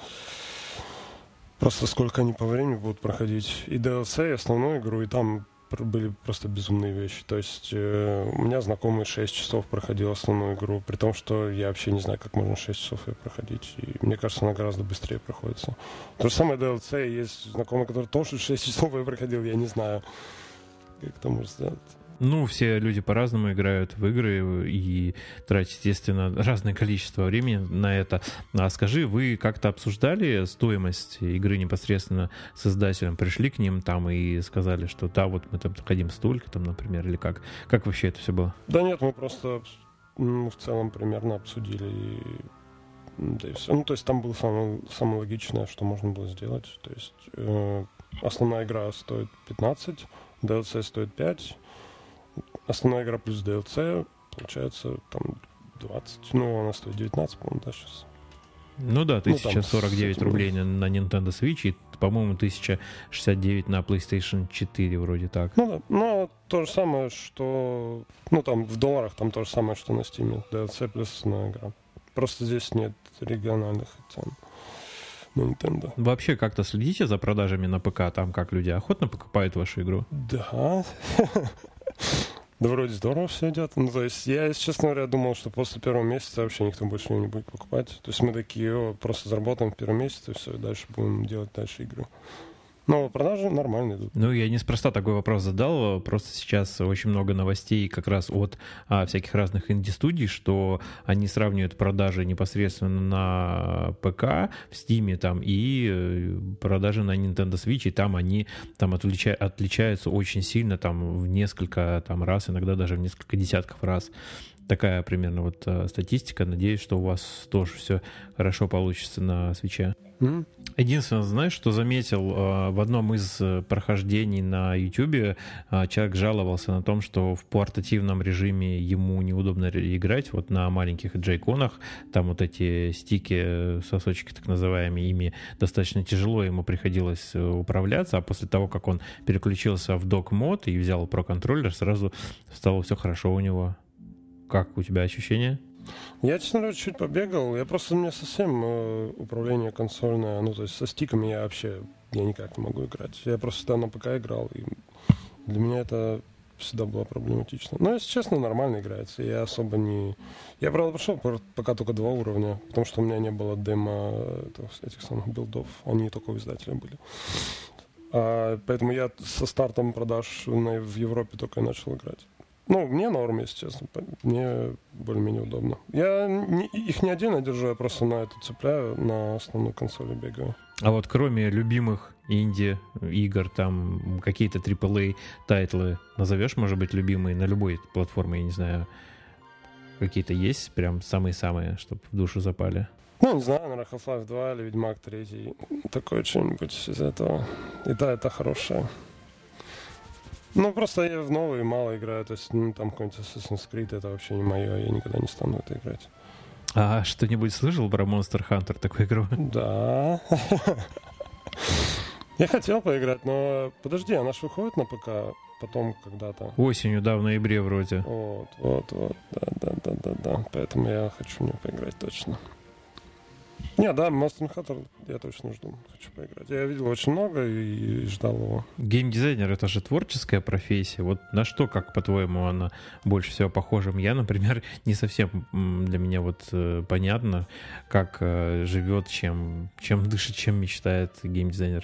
просто сколько они по времени будут проходить. И DLC, и основную игру, и там были просто безумные вещи. То есть у меня знакомый 6 часов проходил основную игру, при том, что я вообще не знаю, как можно 6 часов ее проходить. И мне кажется, она гораздо быстрее проходится. То же самое DLC, есть знакомый, который тоже 6 часов ее проходил, я не знаю, как это можно сделать. Ну, все люди по-разному играют в игры и тратят, естественно, разное количество времени на это. А скажи, вы как-то обсуждали стоимость игры непосредственно с издателем? Пришли к ним там и сказали, что да, вот мы там хотим столько, там, например, или как? Как вообще это все было? Да нет, мы просто в целом примерно обсудили, да и все. Ну, то есть там было самое логичное, что можно было сделать. То есть основная игра стоит 15, DLC стоит 5, основная игра плюс DLC, получается, там 20. Ну, она стоит 19, по-моему, да, сейчас. Ну да, 1049 рублей на Nintendo Switch и, по-моему, 1069 на PlayStation 4, вроде так. Ну да, но то же самое, что... Ну, там в долларах там то же самое, что на Steam. DLC плюс основная игра. Просто здесь нет региональных цен на Nintendo. Вообще как-то следите за продажами на ПК? Там как люди охотно покупают вашу игру? Да. Да вроде здорово все идет. Ну, то есть я, если честно говоря, думал, что после первого месяца вообще никто больше не будет покупать. То есть мы такие, просто заработаем в первом месяце, и все, и дальше будем делать дальше игры. Но продажи нормально идут. Ну, я неспроста такой вопрос задал. Просто сейчас очень много новостей как раз от всяких разных инди-студий, что они сравнивают продажи непосредственно на ПК, в Steam там, и продажи на Nintendo Switch, и там они там отличаются очень сильно, там, в несколько там, раз, иногда даже в несколько десятков раз. такая примерно вот статистика. Надеюсь, что у вас тоже все хорошо получится на свитче. Единственное, знаешь, что заметил в одном из прохождений на YouTube, человек жаловался на том, что в портативном режиме ему неудобно играть, вот на маленьких джейконах, там вот эти стики, сосочки так называемые, ими достаточно тяжело ему приходилось управляться, а после того, как он переключился в док-мод и взял Pro-контроллер, сразу стало все хорошо у него. Как у тебя ощущения? Я, честно говоря, чуть побегал. Я просто, у меня совсем управление консольное, ну, то есть со стиками я никак не могу играть. Я просто всегда на ПК играл, и для меня это всегда было проблематично. Но, если честно, нормально играется. Я особо не... Я, правда, прошел пока только 2 уровня, потому что у меня не было демо этих самых билдов. Они только у издателя были. Поэтому я со стартом продаж в Европе только и начал играть. Ну, мне норм, если честно. Мне более-менее удобно. Я их не отдельно держу, я просто на эту цепляю, на основную консоль бегаю. А вот кроме любимых инди-игр, там какие-то AAA тайтлы назовешь, может быть, любимые на любой платформе, я не знаю, какие-то есть прям самые-самые, чтобы в душу запали? Ну, не знаю, наверное, Half-Life 2 или Ведьмак 3. Такое что-нибудь из этого. И да, это хорошее. Ну, просто я в новые мало играю, то есть, там какой-нибудь Assassin's Creed, это вообще не мое, я никогда не стану это играть. А что-нибудь слышал про Monster Hunter, такую игру? Да. Я хотел поиграть, но подожди, она ж выходит на ПК потом когда-то. Осенью, да, в ноябре вроде. Вот, да. Поэтому я хочу в нее поиграть точно. Не, да, Monster Hunter я точно жду, хочу поиграть. Я видел очень много и ждал его. Геймдизайнер — это же творческая профессия. Вот на что, как по-твоему, она больше всего похожа? Я, например, не совсем для меня вот понятно, как живет, чем дышит, чем мечтает геймдизайнер.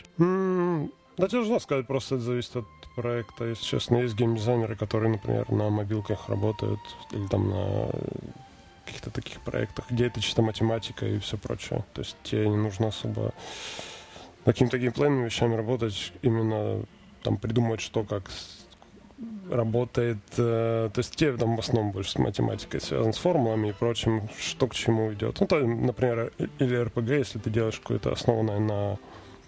Да, тяжело сказать, просто это зависит от проекта. Если честно, есть геймдизайнеры, которые, например, на мобилках работают или там на каких-то таких проектах, где это чисто математика и все прочее. То есть тебе не нужно особо какими-то геймплейными вещами работать, именно там придумать, что как работает. То есть тебе там в основном больше с математикой связано, с формулами и прочим, что к чему идет. Ну, то, например, или RPG, если ты делаешь какое-то основанное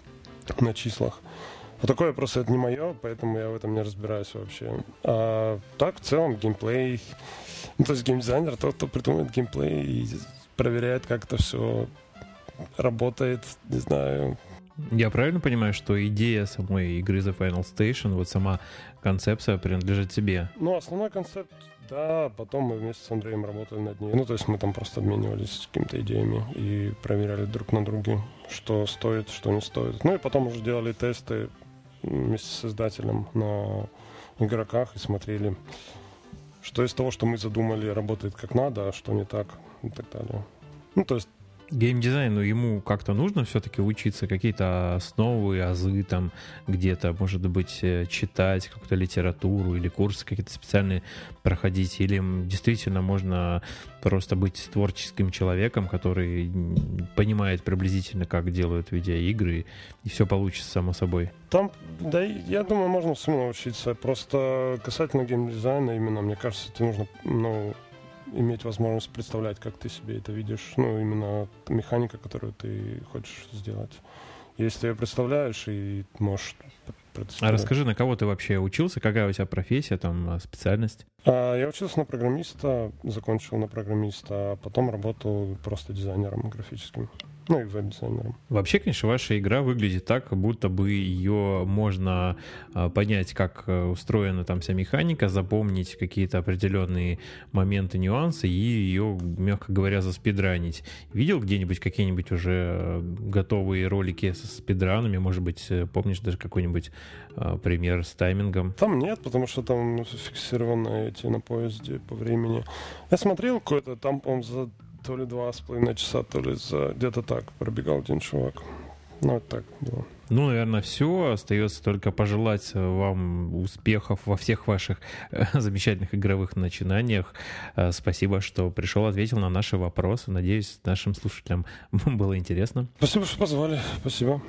на числах. Вот такое просто это не мое, поэтому я в этом не разбираюсь вообще. А так, в целом, геймплей... Ну, то есть геймдизайнер тот, кто придумывает геймплей и проверяет, как это все работает, не знаю. Я правильно понимаю, что идея самой игры The Final Station, вот сама концепция принадлежит тебе? Ну, основной концепт, да, потом мы вместе с Андреем работали над ней. Ну, то есть мы там просто обменивались какими-то идеями и проверяли друг на друге, что стоит, что не стоит. Ну, и потом уже делали тесты вместе с издателем на игроках и смотрели, что из того, что мы задумали, работает как надо, а что не так, и так далее. Ну, то есть... Геймдизайну ему как-то нужно все-таки учиться, какие-то основы, азы там где-то, может быть, читать какую-то литературу или курсы какие-то специальные проходить, или действительно можно просто быть творческим человеком, который понимает приблизительно, как делают видеоигры, и все получится само собой. Там, да, я думаю, можно всему научиться. Просто касательно геймдизайна именно, мне кажется, тебе нужно, иметь возможность представлять, как ты себе это видишь. Ну, именно механика, которую ты хочешь сделать. Если ты ее представляешь и можешь... А расскажи, на кого ты вообще учился? Какая у тебя профессия, там, специальность? Я учился на программиста, закончил на программиста, а потом работал просто дизайнером графическим. Ну и веб-дизайнером. Вообще, конечно, ваша игра выглядит так, как будто бы ее можно понять, как устроена там вся механика, запомнить какие-то определенные моменты, нюансы и ее, мягко говоря, заспидранить. Видел где-нибудь какие-нибудь уже готовые ролики со спидранами? Может быть, помнишь даже какой-нибудь пример с таймингом? Там нет, потому что там фиксированы эти на поезде по времени. Я смотрел какой-то, там, по-моему, за то ли 2,5 часа, то ли за где-то так пробегал один чувак. Ну, вот так было. Ну, наверное, все. Остается только пожелать вам успехов во всех ваших замечательных игровых начинаниях. Спасибо, что пришел, ответил на наши вопросы. Надеюсь, нашим слушателям было интересно. Спасибо, что позвали. Спасибо.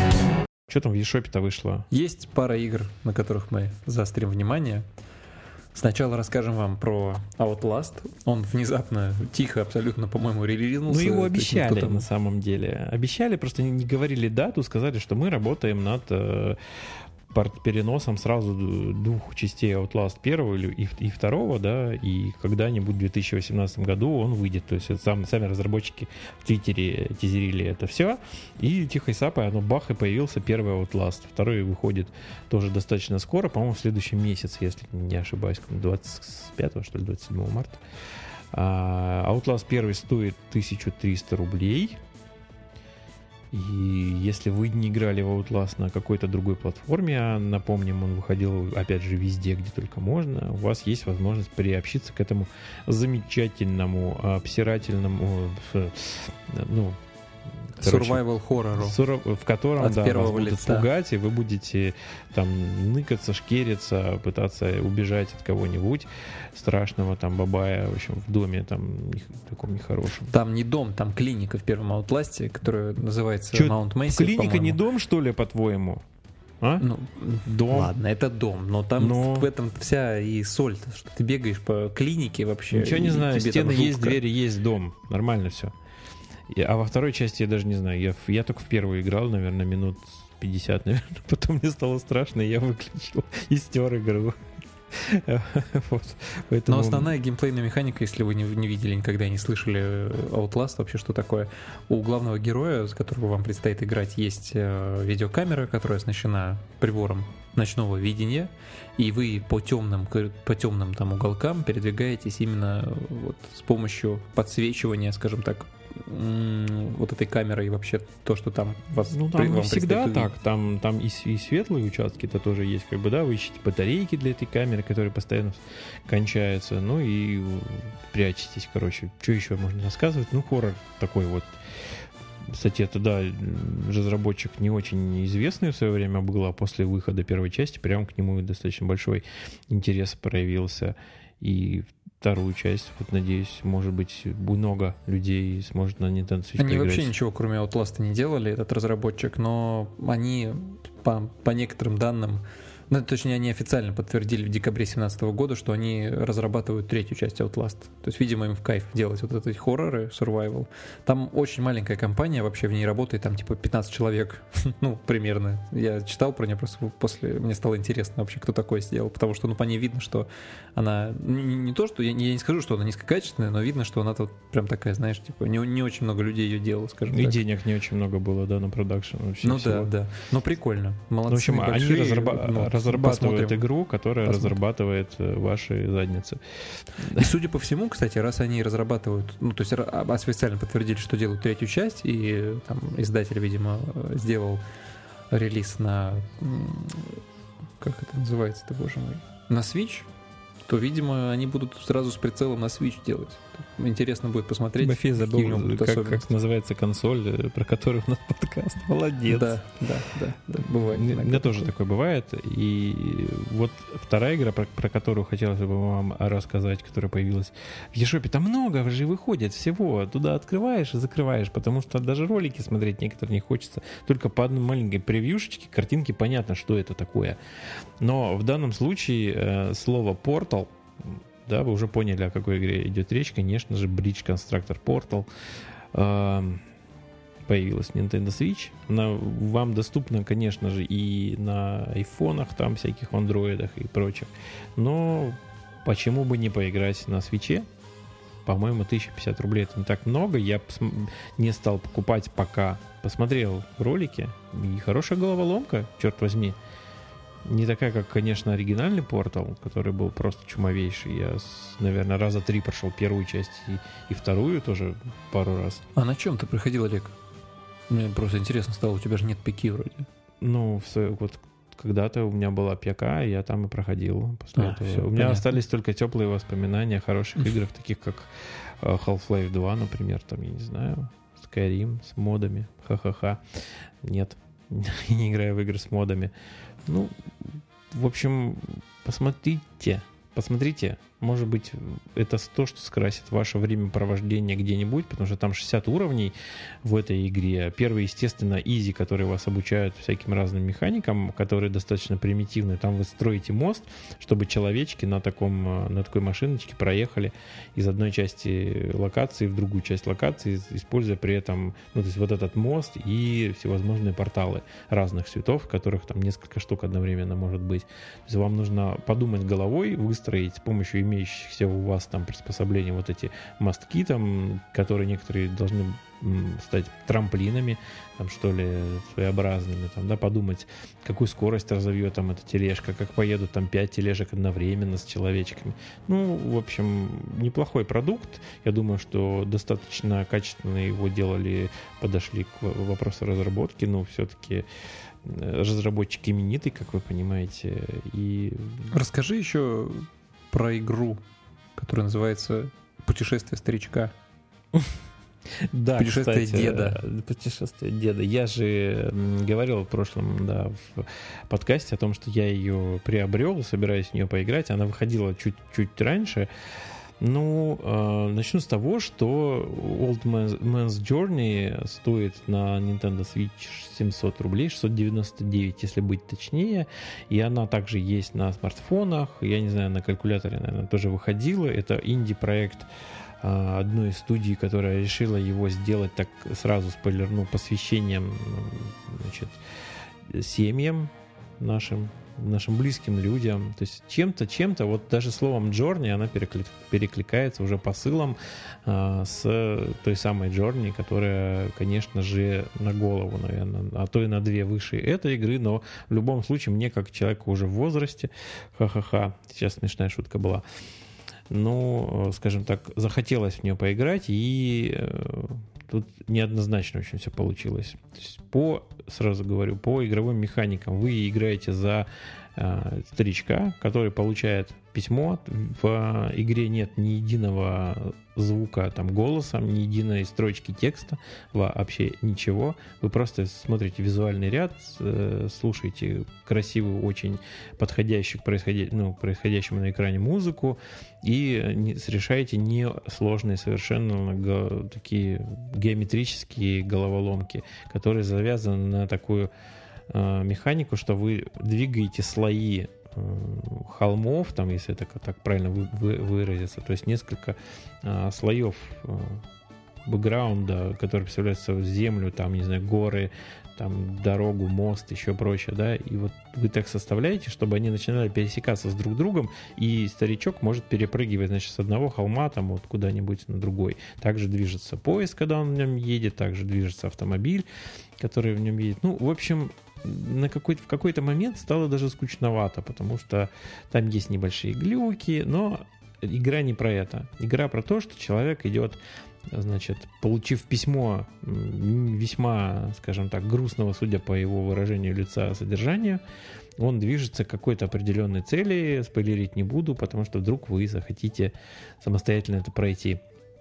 Что там в eShop-то вышло? Есть пара игр, на которых мы заострим внимание. Сначала расскажем вам про Outlast. Он внезапно, тихо, абсолютно, по-моему, релизнулся. Ну, его обещали, на самом деле. Обещали, просто не говорили дату, сказали, что мы работаем над переносом сразу двух частей Outlast 1 и 2, да, и когда-нибудь в 2018 году он выйдет. То есть сами разработчики в Твиттере тизерили это все, и тихой сапой оно бах, и появился первый Outlast. Второй выходит тоже достаточно скоро, по-моему, в следующем месяце, если не ошибаюсь, 25 что ли, 27 марта. Outlast 1 стоит 1300 рублей. И если вы не играли в Outlast на какой-то другой платформе, а напомним, он выходил, опять же, везде, где только можно, у вас есть возможность приобщиться к этому замечательному, обсирательному, survival horror, в котором от вас будут лица пугать, и вы будете там ныкаться, шкериться, пытаться убежать от кого-нибудь страшного, там, бабая, в общем, в доме там таком нехорошем. Там не дом, там клиника в первом Outlast, которая называется Mount Massive, клиника по-моему. не дом, что ли, по-твоему? А? Ну, дом. Ладно, это дом, но там в этом вся и соль, что ты бегаешь по клинике вообще. Ничего не знаю, стены есть, жутко. двери есть, дом. Нормально все. А во второй части я даже не знаю. Я только в первую играл, наверное, минут 50, наверное. Потом мне стало страшно, и я выключил и стер игру. Вот. Поэтому... Но основная геймплейная механика, если вы не видели никогда и не слышали Outlast, вообще что такое, у главного героя, с которого вам предстоит играть, есть видеокамера, которая оснащена прибором ночного видения, и вы по темным там уголкам передвигаетесь именно вот с помощью подсвечивания, скажем так, вот этой камерой, и вообще то, что там вас Ну, там вам всегда предстоит так. Там и светлые участки-то тоже есть, как бы, да, вы ищете батарейки для этой камеры, которые постоянно кончаются, ну и прячетесь, короче. Что еще можно рассказывать? Ну, хоррор такой вот. Кстати, это, да, разработчик не очень известный в свое время был, а после выхода первой части прям к нему достаточно большой интерес проявился. И вторую часть, вот, надеюсь, может быть, много людей сможет на Nintendo Switch Они поиграть. вообще ничего, кроме Outlast, не делали, этот разработчик, но они, по некоторым данным, ну, точнее, они официально подтвердили в декабре 2017 года, что они разрабатывают третью часть Outlast. То есть, видимо, им в кайф делать вот эти хорроры, survival. Там очень маленькая компания, вообще в ней работает там типа 15 человек, ну, примерно. Я читал про нее, просто после мне стало интересно вообще, кто такое сделал, потому что, ну, по ней видно, что она, не то, что, я не скажу, что она низкокачественная, но видно, что она тут прям такая, знаешь, типа, не очень много людей ее делало, скажем так. И денег не очень много было, да, на продакшн. Ну да. Ну прикольно. Молодцы. В общем, они разрабатывают посмотрим. игру, которая разрабатывает ваши задницы. И судя по всему, кстати, раз они разрабатывают, ну, то есть официально подтвердили, что делают третью часть, и там издатель, видимо, сделал релиз на... Как это называется-то, боже мой? На Switch, то, видимо, они будут сразу с прицелом на Switch делать. Интересно будет посмотреть. Мафей забыл, как особенности. называется консоль, про которую у нас подкаст. Молодец. Да, бывает. У меня иногда тоже такое бывает. И вот вторая игра, про которую хотелось бы вам рассказать, которая появилась в eShop, там много же выходит всего. Туда открываешь и закрываешь, потому что даже ролики смотреть некоторые не хочется. Только по одной маленькой превьюшечке, картинке понятно, что это такое. Но в данном случае слово Portal, да, вы уже поняли, о какой игре идет речь. Конечно же, Bridge Constructor Portal появилась в Nintendo Switch. Она вам доступна, конечно же, и на айфонах, там всяких, андроидах и прочих. Но почему бы не поиграть на Switch'е? По-моему, 1050 рублей это не так много. Я не стал покупать, пока посмотрел ролики. И хорошая головоломка, черт возьми. Не такая, как, конечно, оригинальный Portal, который был просто чумовейший. Я, наверное, раза 3 прошел первую часть и вторую тоже пару раз. А на чем ты проходил, Олег? Мне просто интересно стало, у тебя же нет ПК вроде. Ну, вот когда-то у меня была ПК, и я там и проходил после этого. Всё, у меня понятно. остались только теплые воспоминания о хороших играх, таких как Half-Life 2, например, там, я не знаю, Skyrim с модами. Ха-ха-ха. Нет, не играю в игры с модами. Ну, в общем, посмотрите посмотрите, может быть, это то, что скрасит ваше времяпровождение где-нибудь, потому что там 60 уровней в этой игре. Первый, естественно, изи, который вас обучают всяким разным механикам, которые достаточно примитивные. Там вы строите мост, чтобы человечки на такой машиночке проехали из одной части локации в другую часть локации, используя при этом, то есть вот этот мост и всевозможные порталы разных цветов, которых там несколько штук одновременно может быть. То есть вам нужно подумать головой, выстроить с помощью имеющихся у вас там приспособлений вот эти мостки, там, которые некоторые должны стать трамплинами, там, что ли, своеобразными, там, да, подумать, какую скорость разовьет там эта тележка, как поедут там 5 тележек одновременно с человечками. Ну, в общем, неплохой продукт. Я думаю, что достаточно качественно его делали, подошли к вопросу разработки, но все-таки разработчик именитый, как вы понимаете. И... Расскажи еще про игру, которая называется «Путешествие старичка». Да, «Путешествие кстати, деда». «Путешествие деда». Я же говорил в прошлом, да, в подкасте о том, что я ее приобрел, собираюсь в нее поиграть. Она выходила чуть-чуть раньше. Ну, начну с того, что Old Man's Journey стоит на Nintendo Switch 700 рублей, 699, если быть точнее. И она также есть на смартфонах. Я не знаю, на калькуляторе, наверное, тоже выходила. Это инди-проект одной из студий, которая решила его сделать, так сразу спойлерну, посвящением, значит, семьям нашим близким людям. То есть чем-то, вот даже словом Journey она перекликается уже посылом с той самой Journey, которая, конечно же, на голову, наверное, а то и на 2 выше этой игры, но в любом случае мне, как человеку уже в возрасте, сейчас смешная шутка была, ну, скажем так, захотелось в нее поиграть, и тут неоднозначно очень все получилось. То есть сразу говорю, по игровым механикам вы играете за старичка, который получает письмо. В игре нет ни единого звука, там, голоса, ни единой строчки текста, вообще ничего. Вы просто смотрите визуальный ряд, слушаете красивую, очень подходящую к происходящему на экране музыку и решаете несложные совершенно такие геометрические головоломки, которые завязаны на такую механику, что вы двигаете слои холмов, там, если это так правильно выразиться, то есть несколько слоев бэкграунда, который представляет собой землю, там, не знаю, горы, там, дорогу, мост, еще прочее, да, и вот вы так составляете, чтобы они начинали пересекаться с друг другом, и старичок может перепрыгивать, значит, с одного холма там вот куда-нибудь на другой. Также движется поезд, когда он в нем едет, также движется автомобиль, который в нем едет. Ну, в общем, в какой-то момент стало даже скучновато, потому что там есть небольшие глюки, но игра не про это. Игра про то, что человек идет, значит, получив письмо весьма, скажем так, грустного, судя по его выражению лица, содержания, он движется к какой-то определенной цели, спойлерить не буду, потому что вдруг вы захотите самостоятельно это пройти.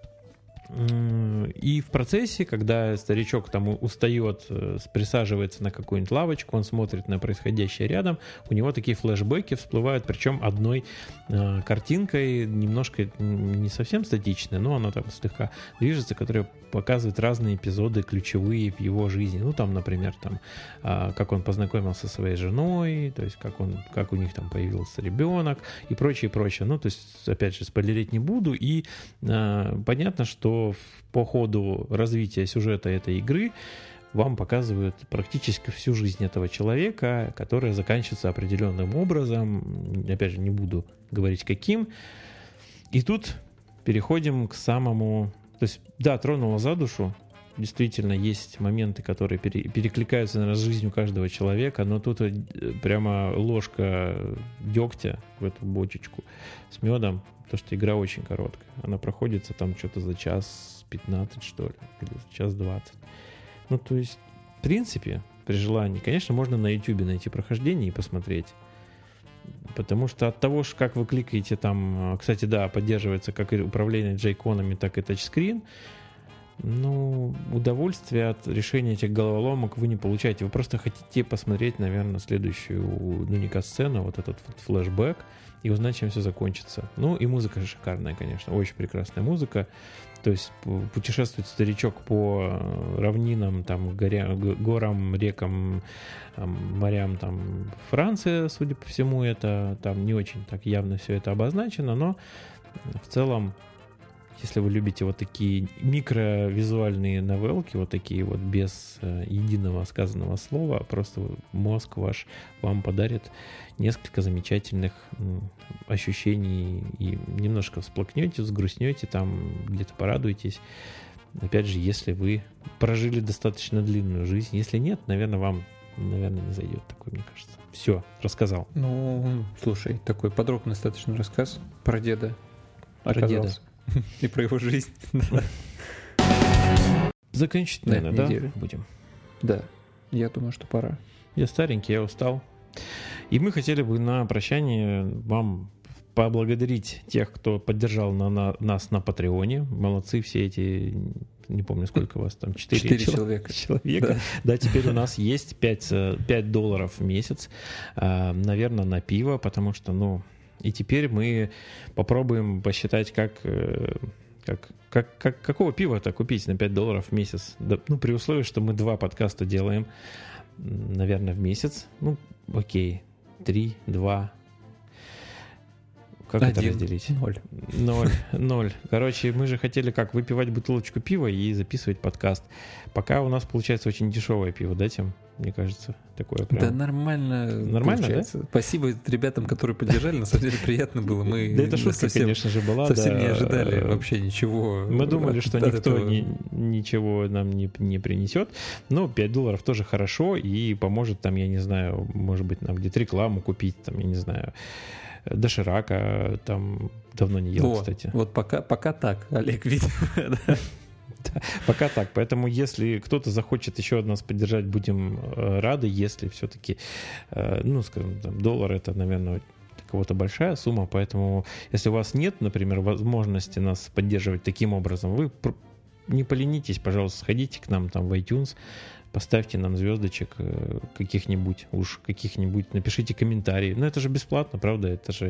И в процессе, когда старичок там устает, присаживается на какую-нибудь лавочку, он смотрит на происходящее рядом, у него такие флешбеки всплывают, причем одной картинкой, немножко не совсем статичной, но она там слегка движется, которая показывает разные эпизоды ключевые в его жизни. Ну, там, например, там, как он познакомился со своей женой, то есть как у них там появился ребенок и прочее. Ну, то есть, опять же, спойлерить не буду. И понятно, что по ходу развития сюжета этой игры вам показывают практически всю жизнь этого человека, которая заканчивается определенным образом. Опять же, не буду говорить каким. И тут переходим к самому... То есть, да, тронуло за душу. Действительно, есть моменты, которые перекликаются, наверное, с жизнью каждого человека, но тут прямо ложка дегтя в эту бочечку с медом, потому что игра очень короткая. Она проходится там что-то за час 15, что ли, или за час 20. Ну, то есть, в принципе, при желании, конечно, можно на YouTube найти прохождение и посмотреть. Потому что от того, как вы кликаете там... Кстати, да, поддерживается как и управление джойконами, так и тачскрин. удовольствия от решения этих головоломок вы не получаете. Вы просто хотите посмотреть, наверное, следующую Нуника-сцену, вот этот вот флешбэк, и узнать, чем все закончится. И музыка же шикарная, конечно, очень прекрасная музыка. То есть путешествует старичок по равнинам, там, горам, рекам, морям, там, Франция, судя по всему, это там не очень так явно все это обозначено, но в целом, если вы любите вот такие микровизуальные новелки, вот такие вот без единого сказанного слова, просто мозг ваш вам подарит несколько замечательных ощущений и немножко всплакнете, взгрустнете, там где-то порадуетесь. Опять же, если вы прожили достаточно длинную жизнь. Если нет, наверное, вам не зайдет такой, мне кажется. Все, рассказал. Слушай, такой подробный достаточно рассказ про деда. Про деда. И про его жизнь. Заканчивать, наверное, будем? Да, я думаю, что пора. Я старенький, я устал. И мы хотели бы на прощание вам поблагодарить тех, кто поддержал нас на Патреоне. Молодцы все эти, не помню, сколько у вас там, 4 человека. Да, теперь у нас есть $5 в месяц, наверное, на пиво, потому что, и теперь мы попробуем посчитать, какого пива-то купить на $5 в месяц. Да, при условии, что мы 2 подкаста делаем, наверное, в месяц. Окей. 3, 2. Как 1, это разделить? 0. Короче, мы же хотели выпивать бутылочку пива и записывать подкаст. Пока у нас получается очень дешевое пиво, да, Тим? Мне кажется, такое прям... Да нормально получается. Да? Спасибо ребятам, которые поддержали. На самом деле приятно было. Мы да это шутка, конечно же, была. Совсем не ожидали вообще ничего. Мы думали, что никто ничего нам не принесет. Но $5 тоже хорошо и поможет там, я не знаю, может быть, нам где-то рекламу купить, там, я не знаю, доширака там давно не ел, кстати. Вот пока так, Олег, видимо, да. Пока так. Поэтому, если кто-то захочет еще нас поддержать, будем рады. Если все-таки, скажем, $1 это, наверное, для кого-то большая сумма. Поэтому, если у вас нет, например, возможности нас поддерживать таким образом, вы не поленитесь, пожалуйста, сходите к нам там в iTunes, поставьте нам звездочек каких-нибудь, напишите комментарии. Это же бесплатно, правда? Это же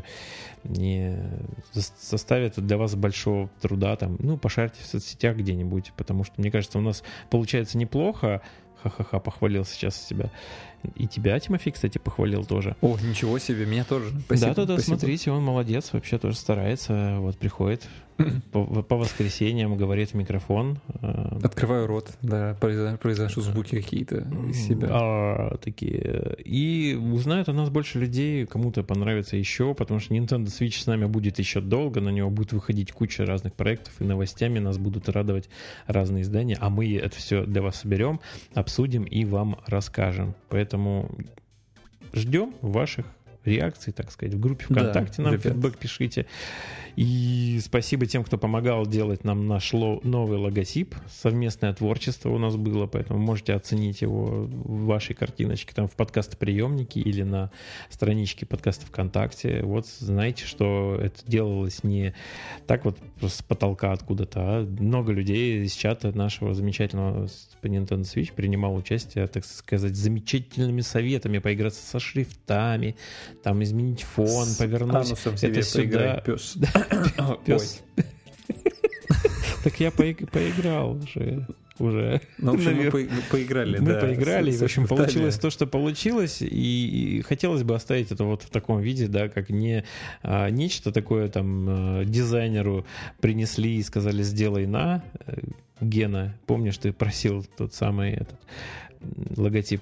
не составит для вас большого труда. Там, пошарьте в соцсетях где-нибудь, потому что, мне кажется, у нас получается неплохо. Ха-ха-ха, похвалил сейчас себя. И тебя, Тимофей, кстати, похвалил тоже. О, ничего себе, меня тоже. Спасибо. Да, смотрите, он молодец, вообще тоже старается. Вот приходит по воскресеньям, говорит в микрофон. Открываю рот, да, произношу звуки какие-то из себя. Такие. И узнают о нас больше людей, кому-то понравится еще, потому что Nintendo Switch с нами будет еще долго, на него будет выходить куча разных проектов, и новостями нас будут радовать разные издания, а мы это все для вас соберем, обсудим и вам расскажем. Поэтому ждем ваших реакций, так сказать, в группе ВКонтакте. Нам фидбэк пишите. И спасибо тем, кто помогал делать нам наш новый логотип. Совместное творчество у нас было, поэтому можете оценить его в вашей картиночке там в подкастоприемнике или на страничке подкаста ВКонтакте. Вот знаете, что это делалось не так вот с потолка откуда-то, а много людей из чата нашего замечательного по Nintendo Switch принимал участие, так сказать, замечательными советами поиграться со шрифтами, там изменить фон, повернуть это сюда. Пес. Пес. Так я поиграл уже. Ну, в общем, мы поиграли. Мы поиграли, и, в общем, получилось то, что получилось, и хотелось бы оставить это вот в таком виде, да, как не нечто такое там дизайнеру принесли и сказали, сделай на, Гена, помнишь, ты просил тот самый этот логотип.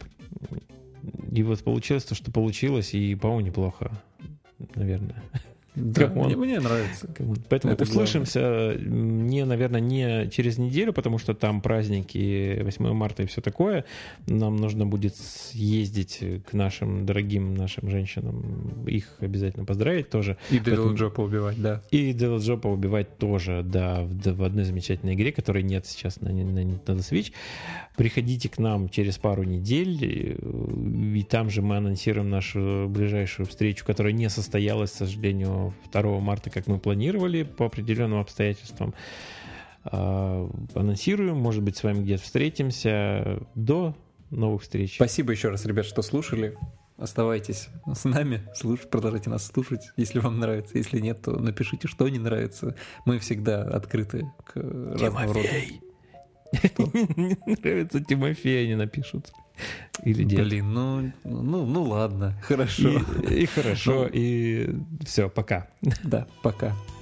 И вот получилось то, что получилось, и, по-моему, неплохо, наверное. Да, мне нравится. Поэтому это услышимся, наверное, не через неделю, потому что там праздники 8 марта и все такое. Нам нужно будет съездить к нашим дорогим нашим женщинам, их обязательно поздравить тоже. И Devil Joe поубивать, да. И Devil Joe поубивать тоже, да, в одной замечательной игре, которой нет сейчас на Nintendo Switch. Приходите к нам через пару недель, и там же мы анонсируем нашу ближайшую встречу, которая не состоялась, к сожалению, 2 марта, как мы планировали по определенным обстоятельствам. анонсируем. Может быть, с вами где-то встретимся. До новых встреч. Спасибо еще раз, ребят, что слушали. Оставайтесь с нами, продолжайте нас слушать, если вам нравится. Если нет, то напишите, что не нравится. Мы всегда открыты к разного рода. Не нравится Тимофей, они напишут. Или нет. Блин, ну ладно, хорошо. И хорошо, и все, пока. Да, пока.